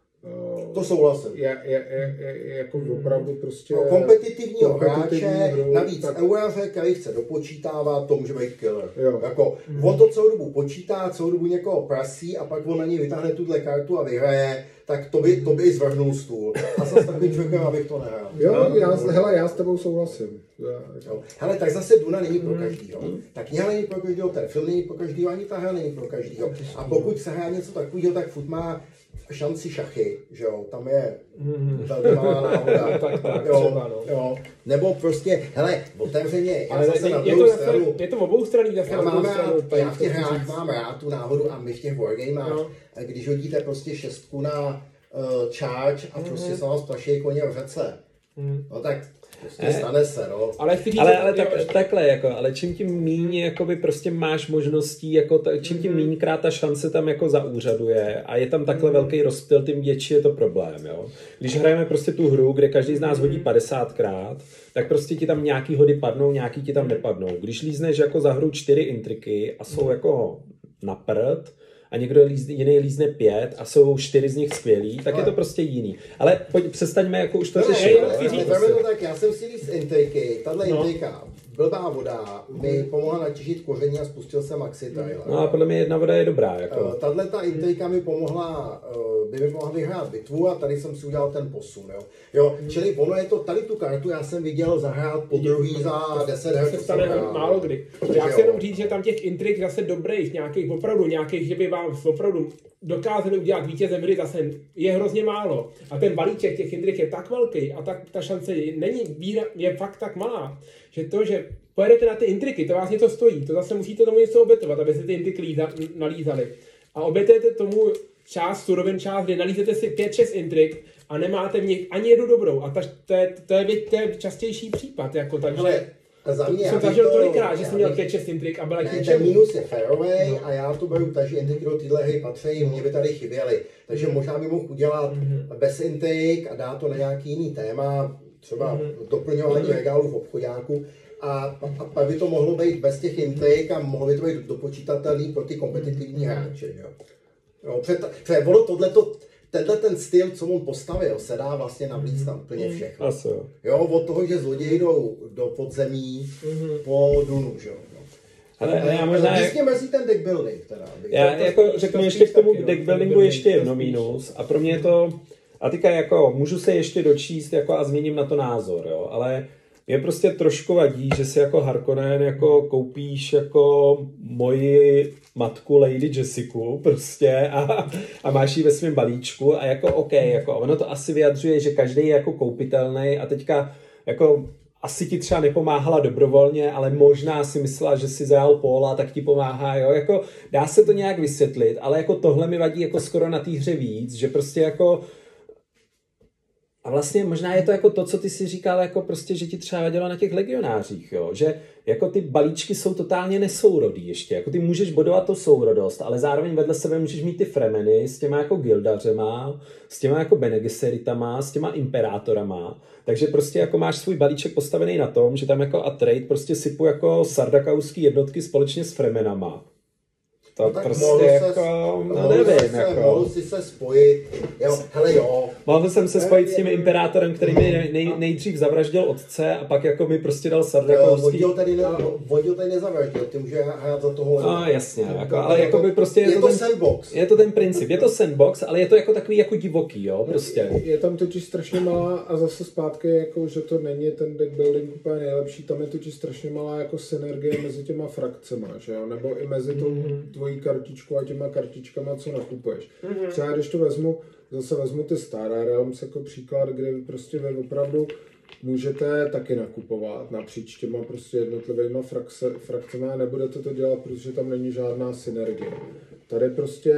o, to souhlasím. Je, je, je, je jako opravdu prostě... No, kompetitivního hráče, hru, navíc tak... Euraře, který chce dopočítávat, to může být killer. Jo. Jako, hmm. on to celou dobu počítá, celou dobu někoho prasí a pak on na něj vytáhne tuhle kartu a vyhraje, tak to by, to by zvrhnul stůl. A zase takovým člověkem, abych to nehrál. Jo, já, hele, já s tebou souhlasím. Jo. Hele, tak zase Duna není pro každýho. Ta kniha není pro každýho, ten film není pro každýho, ani ta hra není pro každýho. A pokud se hrá něco takového, tak furt má šanci šachy, že jo, tam je velmi malá náhoda. tak, tak, jo, třeba, no. jo. Nebo prostě, hele, otevřeně, já ale zase je, na je druhou to stranu. Je to obou straní, zase já, na mám druhou stranu. rád, já v těch hrách mám rád tu náhodu a my v těch wargamách, no. Když hodíte prostě šestku na uh, charge a prostě mm-hmm. se vám splaší koně v řece, mm. no tak prostě stane se, no. Ale, říct, ale, ale tak, takhle, jako, ale čím tím míň jakoby prostě máš možností, jako ta, čím tím míňkrát ta šance tam jako zaúřaduje a je tam takhle velký rozptyl, tím větší je to problém, jo. Když hrajeme prostě tu hru, kde každý z nás hodí padesátkrát, tak prostě ti tam nějaký hody padnou, nějaký ti tam nepadnou. Když lízneš jako za hru čtyři intriky a jsou jako na prd, a někdo lízne, jiný lízne pět a jsou čtyři z nich skvělý, tak ale... je to prostě jiný. Ale pojď, přestaňme jako už to no, řešit. No, tak já jsem si líst intriky, tahle no. intrika, blbá voda, mi pomohla natěžit koření a spustil jsem Maxi Tyler. No a podle mě jedna voda je dobrá. Jako. Uh, tahle ta intrika mi pomohla, uh, by mi pomohla vyhrát bitvu a tady jsem si udělal ten posun. Jo? Jo, hmm. Čili ono je to, tady tu kartu já jsem viděl zahrát po druhý za deset her. To se stane málo kdy. Já chci jenom říct, že tam těch intrik zase dobrých, nějakých opravdu, nějakých, že by vám opravdu dokázali udělat vítězem hry, zase je hrozně málo. A ten balíček těch intrik je tak velký a tak ta šance není víra, je fakt tak malá, že to, že pojedete na ty intriky, to vás něco stojí, to zase musíte tomu něco obětovat, aby se ty intriky líza, nalízali. A obětujete tomu část, surovin část, kdy nalízete si pět šest intrik a nemáte v nich ani jednu dobrou. A ta, to, je, to, je, to je častější případ. Jako, takže ale za mě, jsem zažil to, tolikrát, že jsem měl pět šest intrik a byla k ničemu. Ten minus je fairway no. a já to beru tak, že intriky do téhle hry patří, mě by tady chyběly. Takže mm. možná by mohl udělat mm. bez intrik a dát to na nějaký jiný téma, třeba mm. doplňování mm. regálů v obchodáku. A, a pak by to mohlo být bez těch intrik a mohlo by to být dopočítatelný pro ty kompetitivní hráče. Jo. Jo, před, před, ono tohleto, tenhle ten styl, co on postavil, se dá vlastně navlíct na úplně všechno. Asi jo. Jo, od toho, že zloději jdou do podzemí mm-hmm. po Dunu, že jo. Ale, ale já možná... Když mě mrzí ten deckbuilding, teda. Já to, to, jako to, řeknu ještě k tomu deckbuildingu ještě jedno mínus a pro mě je to... A teďka jako můžu se ještě dočíst jako a změním na to názor, jo, ale mě prostě trošku vadí, že si jako Harkonnen jako koupíš jako moji matku Lady Jessiku prostě a, a máš ji ve svém balíčku a jako OK, jako ono to asi vyjadřuje, že každý je jako koupitelný a teďka jako asi ti třeba nepomáhala dobrovolně, ale možná si myslela, že si zajal Paula, tak ti pomáhá, jo, jako dá se to nějak vysvětlit, ale jako tohle mi vadí jako skoro na té hře víc, že prostě jako A vlastně možná je to jako to, co ty si říkal, jako prostě, že ti třeba vadilo na těch legionářích, jo? Že jako ty balíčky jsou totálně nesourodý ještě, jako ty můžeš bodovat to sourodost, ale zároveň vedle sebe můžeš mít ty Fremeny s těma jako Gildařema, s těma jako Bene Gesseritama, s těma Imperátorama, takže prostě jako máš svůj balíček postavený na tom, že tam jako Atreides prostě sypu jako sardakauský jednotky společně s Fremenama. To No tak prostě mohl jako, se, no mohl nevím, se, jako. Mohl si se spojit, jo, hele jo. Mohl jsem se spojit s tím imperátorem, který mi nej, nej, nejdřív zavraždil otce a pak jako mi prostě dal sardakauský. On tady, ne, on tady nezavraždil, ty může hrát za toho. No jasně, jako, ale jako by prostě je, je to, to ten, sandbox. Je to ten princip, je to sandbox, ale je to jako takový jako divoký, jo, prostě. Je tam totiž strašně malá a zase zpátky, jako, že to není ten deck building úplně nejlepší, tam je totiž strašně malá jako synergie mezi těma frakcema, že jo, nebo i mezi tou tvojí kartičkou a těma kartičkama, co nakupuješ. Mm-hmm. Třeba když to vezmu, zase vezmu ty Star Realms jako příklad, kde prostě vy opravdu můžete taky nakupovat napříč těma prostě jednotlivýma frakce, frakcemi a nebudete to dělat, protože tam není žádná synergie. Tady prostě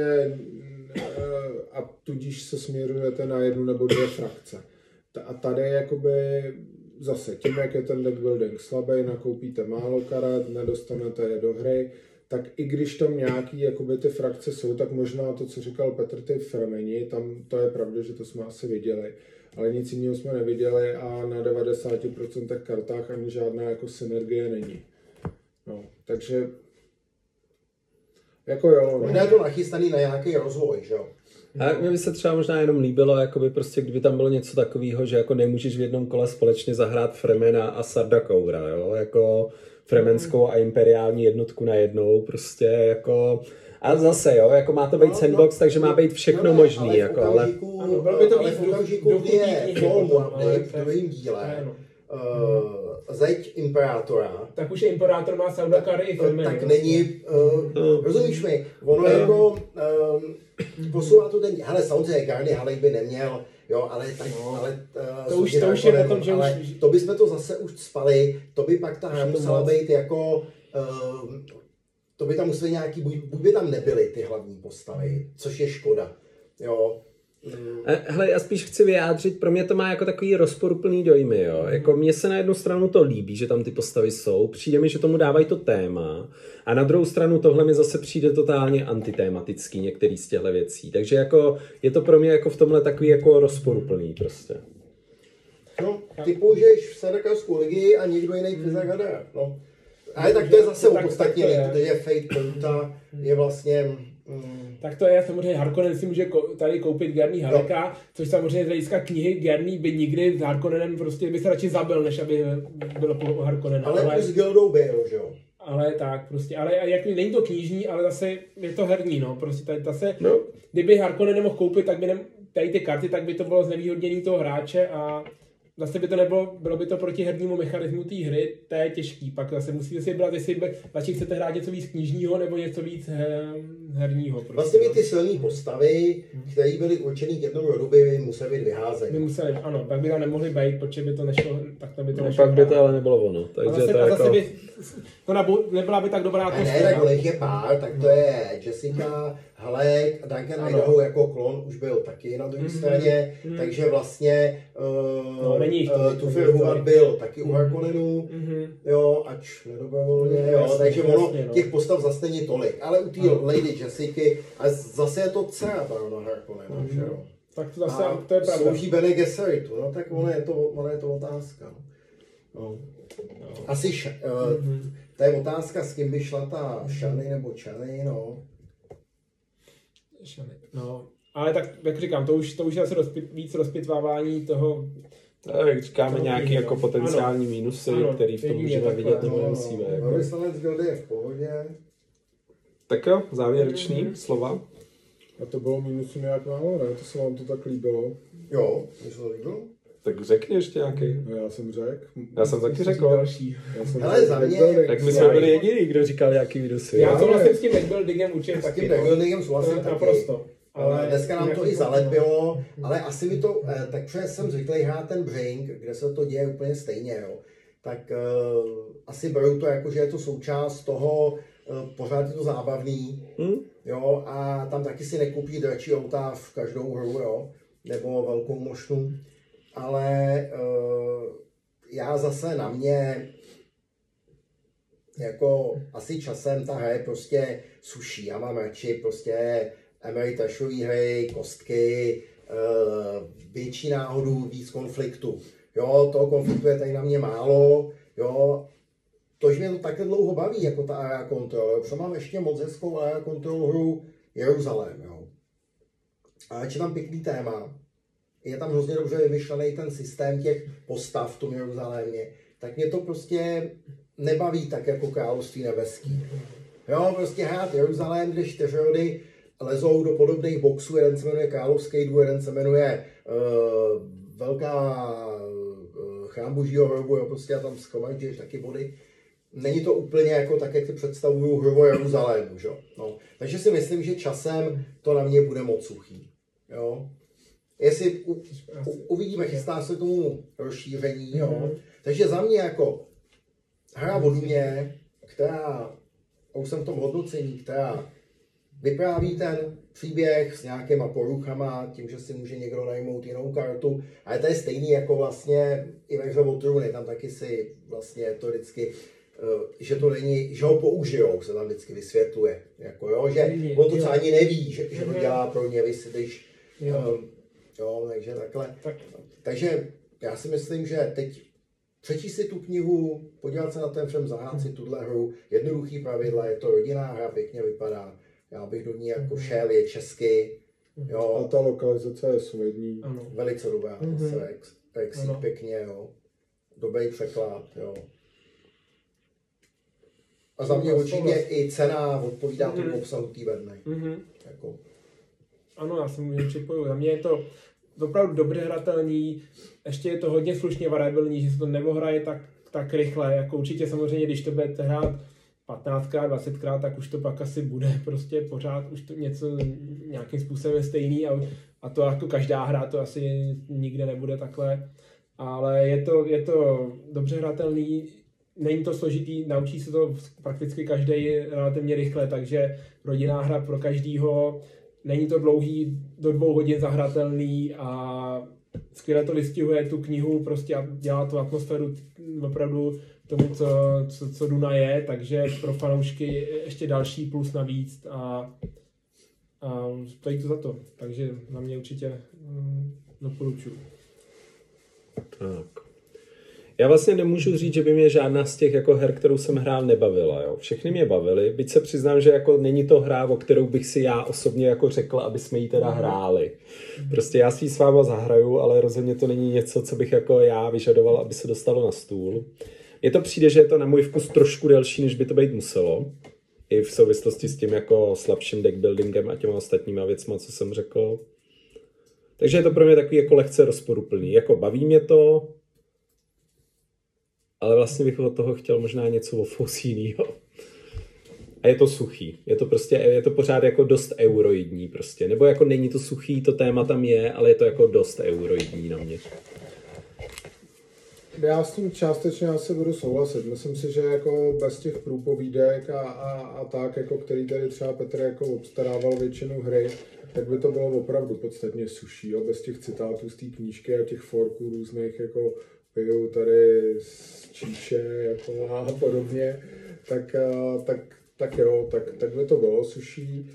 a tudíž se směrujete na jednu nebo dvě frakce. A tady jakoby zase tím, jak je ten deck building slabý, nakoupíte málo karet, nedostanete je do hry, tak i když tam nějaký jakoby ty frakce jsou, tak možná to, co říkal Petr, ty Fremeni, tam to je pravda, že to jsme asi viděli, ale nic jiného jsme neviděli a na devadesát procent kartách ani žádná jako synergie není. No, takže jako jo. Možná je to nachystaný na nějaký rozvoj, že jo? A mně by se třeba možná jenom líbilo, jakoby prostě, kdyby tam bylo něco takového, že jako nemůžeš v jednom kole společně zahrát Fremena a Sardakoura, jo, jako fremenskou a imperiální jednotku na jednou, prostě jako. A zase, jo, jako má to být sandbox, no, takže má být všechno no, možný, ale jako, ale... Ano, bylo by to ale víc v okamžiku, kdy je Fall Update v druhém díle, uh, zeď Imperátora, tak už je Imperátor má Saudakary i Fremen. tak není, uh, no. rozumíš mi, ono no. jako um, posouvá to ten, hele, samozřejmě Garny Halleck by neměl, jo, ale tak, no. ale uh, to už, to už je na tom, že ale už... to bychom to zase už spali, to by pak ta hra musela být jako, uh, to by tam museli nějaký, buď, buď by tam nebyly ty hlavní postavy, což je škoda, jo. Mm. Hele, já spíš chci vyjádřit, pro mě to má jako takový rozporuplný dojmy, jo. Jako mně se na jednu stranu to líbí, že tam ty postavy jsou, přijde mi, že tomu dávají to téma, a na druhou stranu tohle mi zase přijde totálně antitématický některý z těchto věcí, takže jako je to pro mě jako v tomhle takový jako rozporuplný prostě. No, ty použiješ v Sardakovskou ligi a někdo jiný Krizak hraje, no. Ale tak to je zase opodstatněný, protože Fate Kouta je vlastně... Mm. Tak to je samozřejmě, Harkonnen si může tady koupit Garny Hallecka, no. Což samozřejmě z hlediska knihy Garny by nikdy s Harkonnenem prostě by se radši zabil, než aby bylo po Harkonnena. Ale, ale s Gildou byl, že jo? Ale tak prostě, ale jak není to knižní, ale zase je to herní, no, prostě tady zase, no. Kdyby Harkonnen nemohl koupit, tak by ne, tady ty karty, tak by to bylo znevýhodnění toho hráče a zase by to nebylo, bylo by to proti hernímu mechanismu té hry, to je těžký, pak zase musíte si brát, jestli by, radši chcete hrát něco víc knižního nebo něco víc her, herního. Prostě, vlastně by ty silné postavy, které byly určený k jednomu rodu, by musely být vyházeny. By museli, ano, pak by tam nemohli být, protože by to nešlo, tak to by to no, nešlo. Pak by to ale nebylo ono. Takže a zase, to a jako... zase by, to nebyla by tak dobrá atmosféra. Ne, tak on je pár, tak to je Jessica, Halleck, Duncan Idaho jako klon už byl taky na druhé mm-hmm. straně, mm-hmm. takže vlastně uh, no, není uh, Tufir Huvard byl taky u Harkonnenů, mm-hmm. jo, ač nedobrovolně, mm-hmm. jo, takže ono jasně, no. Těch postav zase není tolik, ale u té Lady Jessica, a zase je to dcera Barona Harkonnena, mm-hmm. že jo. Tak to zase, a to je pravda. Slouží Bene Gesseritu, no tak ono je to, ono je to otázka. No. No. Asi, š, uh, mm-hmm. to je otázka, s kým by šla ta Shany nebo Chany, no. No, ale tak, jak říkám, to už, to už je asi rozpit, víc rozpitvávání toho... Tak, jak říkáme, toho nějaký jako potenciální ano. mínusy, ano, který v tom můžeme vidět nebo nemusíme. No, no. Velvyslanec Gildy je v pohodě. Tak jo, závěrečný mm. slova. A to bylo minusů nějak málo, ne? To se vám to tak líbilo? Jo, mi se to líbilo. Tak řekni ještě nějaký. No, já jsem řekl. Já jsem taky řekl. Další. Hele, za mě... Tak my jsme byli jediný, kdo říkal nějaký minusy. Já to vlastně s tím deckbuildingem určitě taky. S tím deckbuildingem souhlasím taky. Naprosto. Ale dneska nám to i zalepilo, ale asi mi to, tak protože jsem zvyklý hrát ten Brink, kde se to děje úplně stejně, jo. Tak uh, asi beru to jako, že je to součást toho, uh, pořád je to zábavný, hmm? jo, a tam taky si nekupí dračí auta v každou hru, jo, nebo velkou mošnu. ale uh, já zase na mě jako asi časem ta hra je prostě suší. Já mám radši prostě Ameritrašové hry, kostky, uh, větší náhodu, víc konfliktu. Jo, toho konfliktu je tady na mě málo, jo. To, že mě to takhle dlouho baví, jako ta Area Control, jo. Protože mám ještě moc hezkou Area Control hru Jeruzalém, jo. A je tam pěkný téma. Je tam hrozně dobře vymyšlený ten systém těch postav v tom Jeruzalémě. Tak mě to prostě nebaví tak jako Království nebeský. Jo, prostě hrát Jeruzalém, kde čtyřrody lezou do podobných boxů, jeden se jmenuje Královský dům, jeden se jmenuje uh, Velká uh, chrám Božího hrobu, jo, prostě a tam schromažďuješ taky body. Není to úplně jako tak, jak si představuju hru o Jeruzalému, že? No. Takže si myslím, že časem to na mě bude moc suchý. Jo. Jestli u, u, uvidíme, chystá se tomu rozšíření, jo. Takže za mě jako hra o Dumě, která, už jsem v tom hodnocení, která vypráví ten příběh s nějakýma poruchama, tím, že si může někdo najmout jinou kartu, ale to je stejný jako vlastně i ve hře o trůny, tam taky si vlastně to vždycky, že to není, že ho použijou, se tam vždycky vysvětluje, jako jo, že on to třeba ani neví, že, že to dělá pro ně, když, jo. jo, takže takhle. Tak. Takže já si myslím, že teď přečíst si tu knihu, podívat se na ten film, zahrát si tuhle hru, jednoduchý pravidla, je to rodinná hra, pěkně vypadá. Já bych do ní jako šel, je česky. Jo. A ta lokalizace je solidní. Velice dobrá. Mm-hmm. Rex, Rexík pěkně, jo. Dobrý překlad, jo. A za mě určitě i cena odpovídá tomu obsahu té vednej. Mm-hmm. Jako. Ano, já se můžu připoju. Za mě je to opravdu dobře hratelný, ještě je to hodně slušně variabilní, že se to neohraje tak, tak rychle, jako určitě samozřejmě, když to budete hrát patnáctkrát, dvacetkrát, tak už to pak asi bude prostě pořád už to něco nějakým způsobem stejný a, a to jako každá hra to asi nikde nebude takhle, ale je to, je to dobře hratelný, není to složitý, naučí se to prakticky každý relativně rychle, takže rodinná hra pro každýho, není to dlouhý, do dvou hodin zahratelný a skvěle to vystihuje tu knihu prostě a dělá tu atmosféru opravdu tomu, co, co, co Duna je, takže pro fanoušky ještě další plus navíc a, a stojí to za to, takže na mě určitě mm, doporučuji. Tak. Já vlastně nemůžu říct, že by mě žádná z těch jako her, kterou jsem hrál, nebavila. Jo. Všechny mě bavily, byť se přiznám, že jako není to hra, o kterou bych si já osobně jako řekl, aby jsme ji teda hráli. Prostě já si ji s váma zahraju, ale rozhodně to není něco, co bych jako já vyžadoval, aby se dostalo na stůl. Mně to přijde, že je to na můj vkus trošku delší, než by to být muselo. I v souvislosti s tím jako slabším deckbuildingem a těma ostatníma věcma, co jsem řekl. Takže je to pro mě takový jako lehce rozporuplný. Jako baví mě to, ale vlastně bych od toho chtěl možná něco o fous jinýho. A je to suchý. Je to prostě, je to pořád jako dost euroidní prostě. Nebo jako není to suchý, to téma tam je, ale je to jako dost euroidní na mě. Já s tím částečně asi budu souhlasit. Myslím si, že jako bez těch průpovídek a, a, a tak, jako který tady třeba Petr jako obstarával většinu hry, tak by to bylo opravdu podstatně suší. Jo? Bez těch citátů z té knížky a těch forků různých, jako piju tady z číše jako a podobně, tak, tak, tak jo, tak, tak by to bylo suší.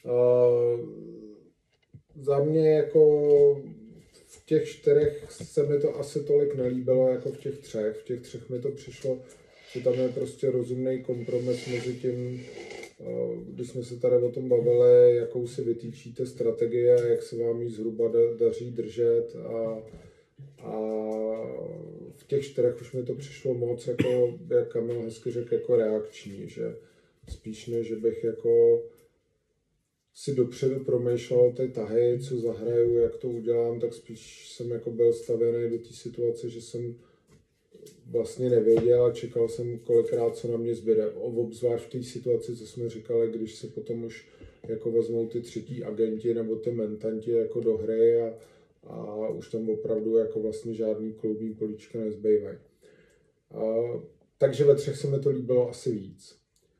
Za mě jako v těch čtyřech se mi to asi tolik nelíbilo jako v těch třech. V těch třech mi to přišlo, že tam je prostě rozumný kompromis mezi tím, když jsme se tady o tom bavili, jakou si vytýčíte strategie, jak se vám ji zhruba daří držet a, a v těch čtyřech už mi to přišlo moc, jako, jak Kamil hezky řekl, jako reakční, že spíš než, že bych jako si dopředu promýšlel ty tahy, co zahraju, jak to udělám, tak spíš jsem jako byl stavěný do té situace, že jsem vlastně nevěděl a čekal jsem kolikrát, co na mě zbyde. Obzvlášť v té situaci, co jsme říkali, když se potom už jako vezmou ty třetí agenti nebo ty mentanti jako do hry a, a už tam opravdu jako vlastně žádný kloubní políčka nezbývají. Takže ve třech se mi to líbilo asi víc.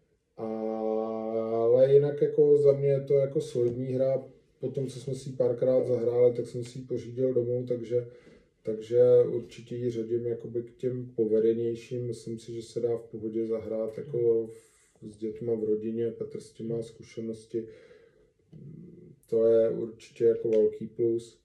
Ale jinak jako za mě je to jako solidní hra. Po tom, co jsme si ji párkrát zahráli, tak jsem si ji pořídil domů, takže, takže určitě ji řadím jakoby k těm povedenějším. Myslím si, že se dá v pohodě zahrát jako s dětma v rodině. Petr s tím má zkušenosti. To je určitě jako velký plus.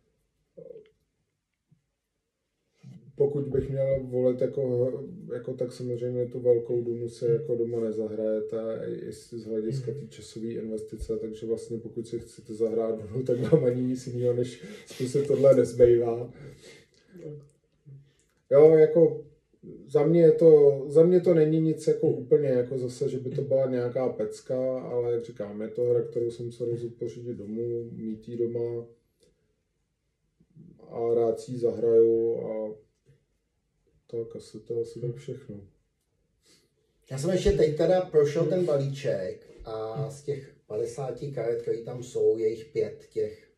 Pokud bych měl volit jako, jako tak samozřejmě tu velkou Dunu se jako doma nezahrajete i z hlediska té časové investice, takže vlastně pokud si chcete zahrát Dunu, tak vám ani nic jiného, než zkusit tohle nezbývá. Jo, jako za mě, to, za mě to není nic jako úplně jako zase, že by to byla nějaká pecka, ale jak říkám, je to hra, kterou jsem se rozhodl pořídit domů, mít ji doma a rád si ji zahraju a tak asi to asi tak všechno. Já jsem ještě teď teda prošel ten balíček a z těch padesáti karet, které tam jsou, je jich pět těch.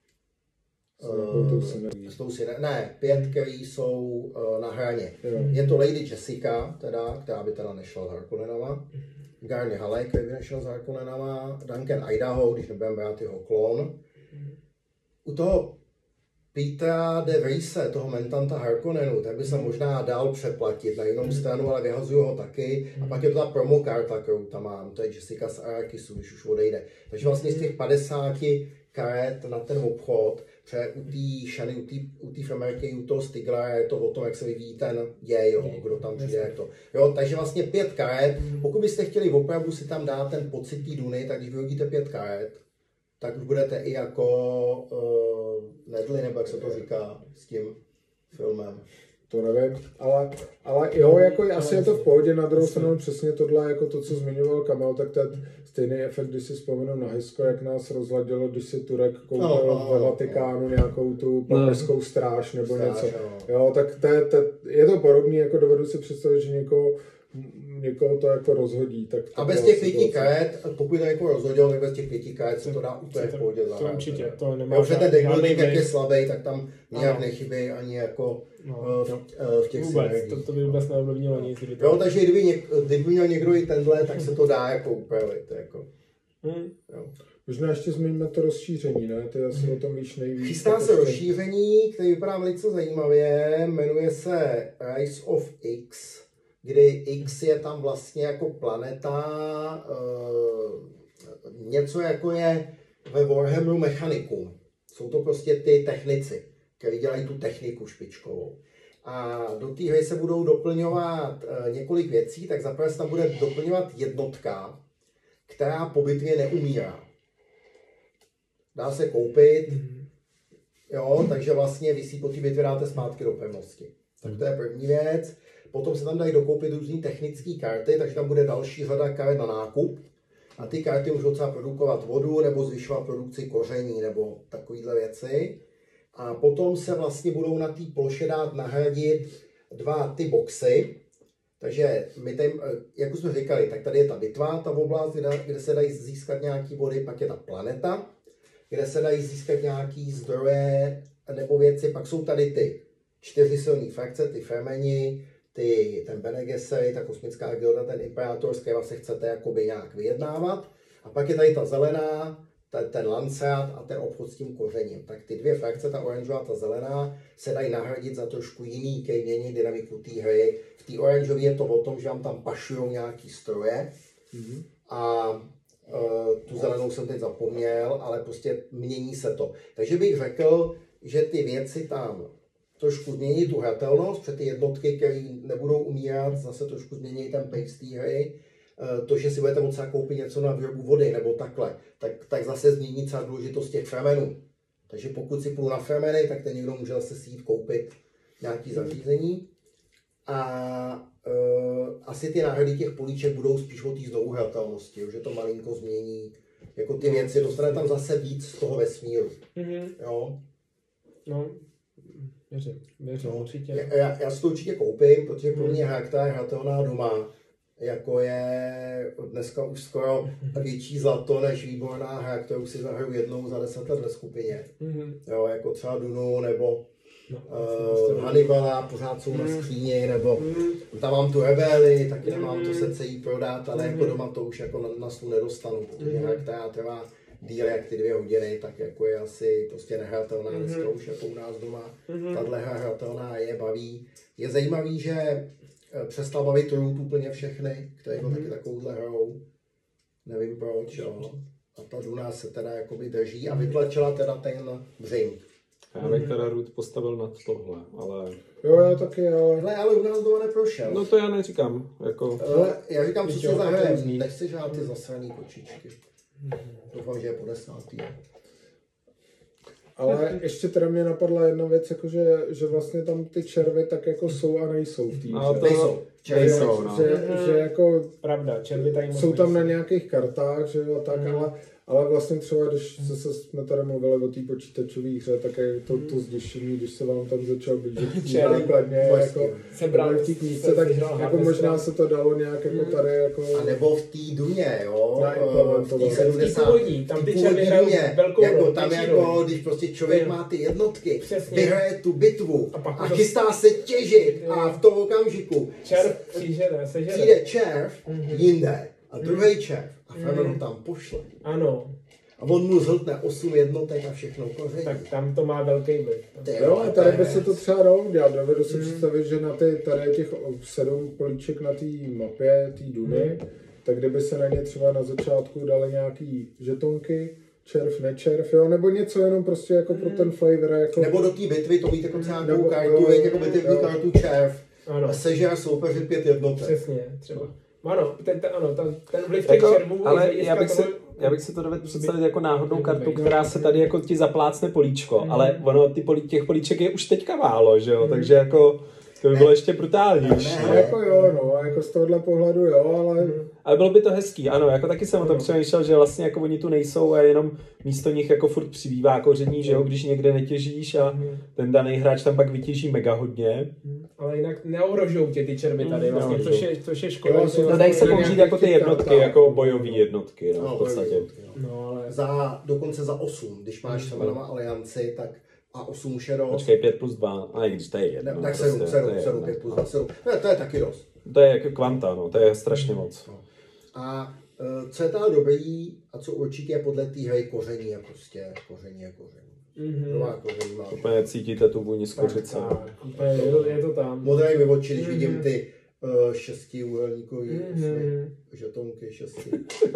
S tou syne, ne, pět, které jsou uh, na hraně. Jo. Je to Lady Jessica, teda, která by teda nešla s Harkonnenama. Garny Halleck, který by nešla s Harkonnenama. Duncan Idaho, když nebudeme brát jeho klon. U toho Petera de Vriese, toho mentanta Harkonnenu, tak by se možná dal přeplatit na jinou stranu, ale vyhazuju ho taky. A pak je to ta promo karta, kterou tam mám, to je Jessica z Arrakisu, když už odejde. Takže vlastně z těch padesáti karet na ten obchod, protože u té Shany, u té Fremerky, u toho Stiglera je to o tom, jak se vyvíjí ten děj, jo, kdo tam přijde, jak to. Jo, takže vlastně pět karet, pokud byste chtěli opravdu si tam dát ten pocit té Duny, tak když vyhodíte pět karet, tak už budete i jako uh, Nedley, nebo jak se to říká s tím filmem. To nevím, ale, ale jo, jako asi je to v pohodě, na druhou stranu přesně tohle, jako to, co zmiňoval Kamil, tak to je stejný efekt, když si vzpomenu na Hisko, jak nás rozladilo, když si Turek koupil no, no, ve Vatikánu no. nějakou tu papežskou stráž nebo stráž, něco. No. Jo, tak to je, to, je to podobný, jako dovedu si představit, že někoho někoho to jako rozhodí. Tak a bez těch pěti karet, pokud to jako rozhodil, tak bez těch pěti karet se to dá úplně v pohodě zahrát. To určitě, to nemá jo, že ten deckbuilding, jak je slabý, tak tam nějak nechybí ani jako no, v, v těch vůbec, to, to by vůbec neovlivnilo nic. To... Jo, takže kdyby, něk, kdyby měl někdo i tenhle, tak se to dá jako upravit. Jako. Hmm. Jo. Možná ještě změníme to rozšíření, ne? Ty asi hmm. o tom víš nejvíc. Chystá se rozšíření, které vypadá velice zajímavě, jmenuje se Rise of X, kdy X je tam vlastně jako planeta, uh, něco jako je ve Warhammeru Mechanicum. Jsou to prostě ty technici, kteří dělají tu techniku špičkovou. A do té hry se budou doplňovat uh, několik věcí, tak zaprvé se tam bude doplňovat jednotka, která po bitvě neumírá. Dá se koupit, jo, takže vlastně vy si po té bitvě dáte zpátky do pevnosti. Tak to je první věc. Potom se tam dají dokoupit různé technické karty, takže tam bude další řada karet na nákup. A ty karty můžou třeba produkovat vodu nebo zvyšovat produkci koření nebo takovéhle věci. A potom se vlastně budou na té ploše dát nahradit dva ty boxy. Takže my tady, jak už jsme říkali, tak tady je ta bitva, ta oblast, kde se dají získat nějaký body, pak je ta planeta, kde se dají získat nějaký zdroje nebo věci, pak jsou tady ty čtyři silné frakce, ty Fremeni, ty, ten Bene Gesserit, ta kosmická gilda, ten Imperátor, s kterým se chcete jakoby nějak vyjednávat. A pak je tady ta zelená, ta, ten Landsrat a ten obchod s tím kořením. Tak ty dvě frakce, ta oranžová a ta zelená, se dají nahradit za trošku jiný, který mění dynamiku té hry. V té oranžové je to o tom, že vám tam pašujou nějaký stroje. Mm-hmm. A uh, tu zelenou jsem teď zapomněl, ale prostě mění se to. Takže bych řekl, že ty věci tam trošku změní tu hratelnost, protože ty jednotky, které nebudou umírat, zase trošku změní ten pace té hry. To, že si budete moct koupit něco na výrobu vody nebo takhle, tak, tak zase změní třeba důležitost těch fremenů. Takže pokud si půjdu na fremeny, tak ten někdo může zase si jít koupit nějaké zařízení. A uh, asi ty náhrady těch políček budou spíš o té znovu hratelnosti, že to malinko změní jako ty věci, dostane tam zase víc z toho vesmíru. Mm-hmm. Jo? No. Věřím, věřím, no, určitě. Já, já si to určitě koupím, protože pro mě hra, která je hratelná doma, jako je dneska už skoro větší zlato než výborná hra, kterou si zahraju jednou za deset let ve skupině. Mm-hmm. Jo, jako třeba Dunu nebo no, uh, Hannibala, pořád jsou mm. na skříni, nebo mm. tam mám tu Rebeli, taky nemám mm. to se jí prodat, ale mm. jako doma to už jako na, na stůl nedostanu, protože mm. hra, která trvá díl jak ty dvě hodiny, tak jako je asi prostě nehratelná, Mhm. dneska už jako u nás doma. Mhm. Tahle hra hratelná je, baví. Je zajímavý, že eh, přestal bavit Root úplně všechny, který byl Mhm. taky takovouhle hrou. Nevím proč, jo. A ta Duna se teda jakoby drží a vytlačila teda ten Brink. Já bych teda Root postavil nad tohle, ale... Jo, já taky, ale... Hele, ale u nás doma neprošel. No to já neříkám, jako... Ale já říkám, co Teď se jo, to zahrajem. zní. Nechceš hrát ty zasraný kočičky. Doufám, že je po desátý. Ale ještě teda mě napadla jedna věc, jako že, že vlastně tam ty červy tak jako jsou a nejsou v té A hře. to- Nejsou. Červí nejsou, nejsou. no. Že, že jako Pravda, červy tady moc jsou tam na nejsou. nějakých kartách, že jo, tak, Mm. ale, ale vlastně třeba, když se, se jsme tady mluvili o té počítačové hře, tak je to, to zděšení, když se vám tam začal blížit Černý. základně, Vlastně. jako Sebral, v té knížce, tak jako možná se to dalo nějak jako Mm. tady jako... A nebo v té Duně, jo, Naimplementovat. v té sedmdesáté. původní, tam ty červy hrajou velkou jako roli, tam větší jako, roli. když prostě člověk Jo. má ty jednotky, Přesně. vyhraje tu bitvu A a, pak a to- chystá se těžit Jo. a v tom okamžiku Červ přižere, sežere. přijde červ Mhm. jinde a druhý červ a Mhm. Fremen ho tam pošle. Ano, A on mu zhltne osm jednotek a všechno koření. tak tam to má velký vliv. Ty Jo, vole, a tady to by je se to věc. třeba dalo udělat. Dovedu si Mm. představit, že na ty, tady je těch sedm políček na té mapě, té Duny, tak kdyby se na ně třeba na začátku dali nějaký žetonky, červ, nečerv, jo, nebo něco jenom prostě jako pro ten flavor, jako... Nebo do té bitvy to mít jako třeba nějakou Nebo- kartu, jo, veď, jako bitvní jo. kartu červ Ano, a sežere soupeři pět jednotek. přesně, třeba. Ano, ten, ten, ano, ten, ten vliv těch Jako, červů... i z ale hlediska já bych, si, toho- já bych si to dovedl představit jako náhodnou By- kartu, by- která se tady jako ti zaplácne políčko, Mhm. ale ono, ty polí, těch políček je už teďka málo, že jo, Mhm. takže jako to by bylo ještě brutálnější. Ne, No, jako jo, no, jako z tohohle pohledu jo, ale... Mhm. Ale bylo by to hezký, ano, jako taky jsem o tom No. přemýšlel, že vlastně jako oni tu nejsou a jenom místo nich jako furt přibývá koření, že jo, když někde netěžíš a Mhm. ten daný hráč tam pak vytěží mega hodně. Mhm. Ale jinak neohrožou tě ty červy tady, vlastně, Neohrožou. což je, což je škoda. Jo, že jsou No vlastně- dají se na použít nějakých jako ty těch jednotky, kartách. jako bojové jednotky, no, No, v podstatě. no. No, ale... Za, dokonce za osm, když máš třeba na alianci, tak a osm už je dost. Počkej, pět plus dva, a i když to je Ne, jedno. tak prostě, sedm, to sedm, je sedm, jedno. pět plus dva, sedm. Ne, to je taky dost. To je jako kvanta, no, to je strašně moc. No. A e, co je teda dobrý a co určitě je podle té hry koření je prostě koření je koření. Mhm. Nová koření má. Úplně cítíte tu vůni z Tak, kořice. tak, úplně, je to, je to tam. Modré mi oči, když Mhm. vidím ty uh, šestiúhelníkový Mhm. žetonky, šesti.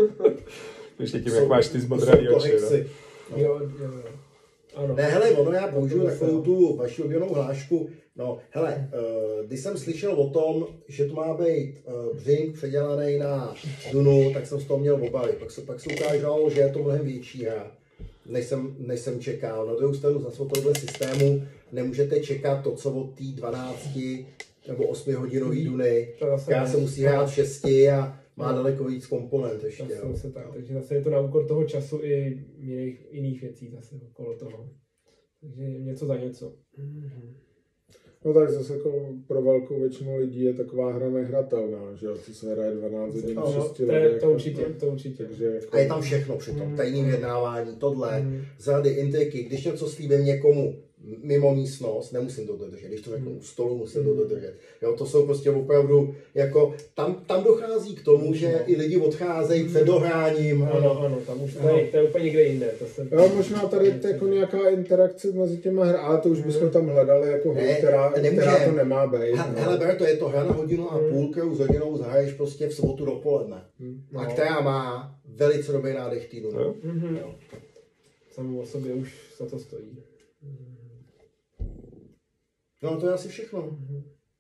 Ještě tím, Jsou- jak máš ty jsou zmodrelý to oči, hexy. no. Jo, jo, jo. Ano. Ne, hele, ono já použiju To takovou bylo tu vaši oblíbenou hlášku. No, hele, uh, když jsem slyšel o tom, že to má být uh, Brink předělaný na Dunu, tak jsem z toho měl obavy. Pak se, pak se ukázalo, že je to mnohem větší hra, než jsem, než jsem čekal. Na druhou stranu zase od tohohle systému nemůžete čekat to, co od té dvanácti nebo osmi hodinový Duny, To zase která ne. se musí hrát v šesti a má daleko víc komponent ještě. Zase, Jo. zase tak, takže zase je to na úkor toho času i jiných, jiných věcí zase okolo toho. Takže něco za něco. Mhm. No tak zase jako pro velkou většinu lidí je taková hra nehratelná, že jo, co se hraje dvanáct hodin v No, šesti to, je, lidech. to určitě, to určitě. Takže jako... A je tam všechno při tom, Mm. tajný vyjednávání, tohle, Mm. zády, intriky, když něco slíbím někomu mimo místnost, nemusím to dodržet, když to řeknu u stolu, musím to dodržet. Jo, to jsou prostě opravdu, jako, tam, tam dochází k tomu, že i lidi odcházejí před dohráním. Ano, ano, tam už to je, to je úplně někde jinde. To se... Jo, možná tady jako nějaká interakce mezi těma hra, ale to už bychom tam hledali jako hru, Ne, která, nemůže. která to nemá být. He- no. Hele, ber, to je to hra na hodinu a půl, kterou s hodinou zahraješ prostě v sobotu dopoledne. No. A která má velice dobrý nádech týdnu. Jo. Mhm. Jo. Samou o sobě už za to stojí. No to je asi všechno. Mhm.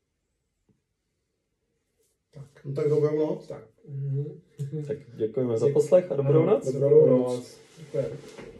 Tak. No tak dobrou noc. Tak. Mhm. Tak děkujeme za poslech a dobrou Ano, noc. Dobrou noc. Děkujeme.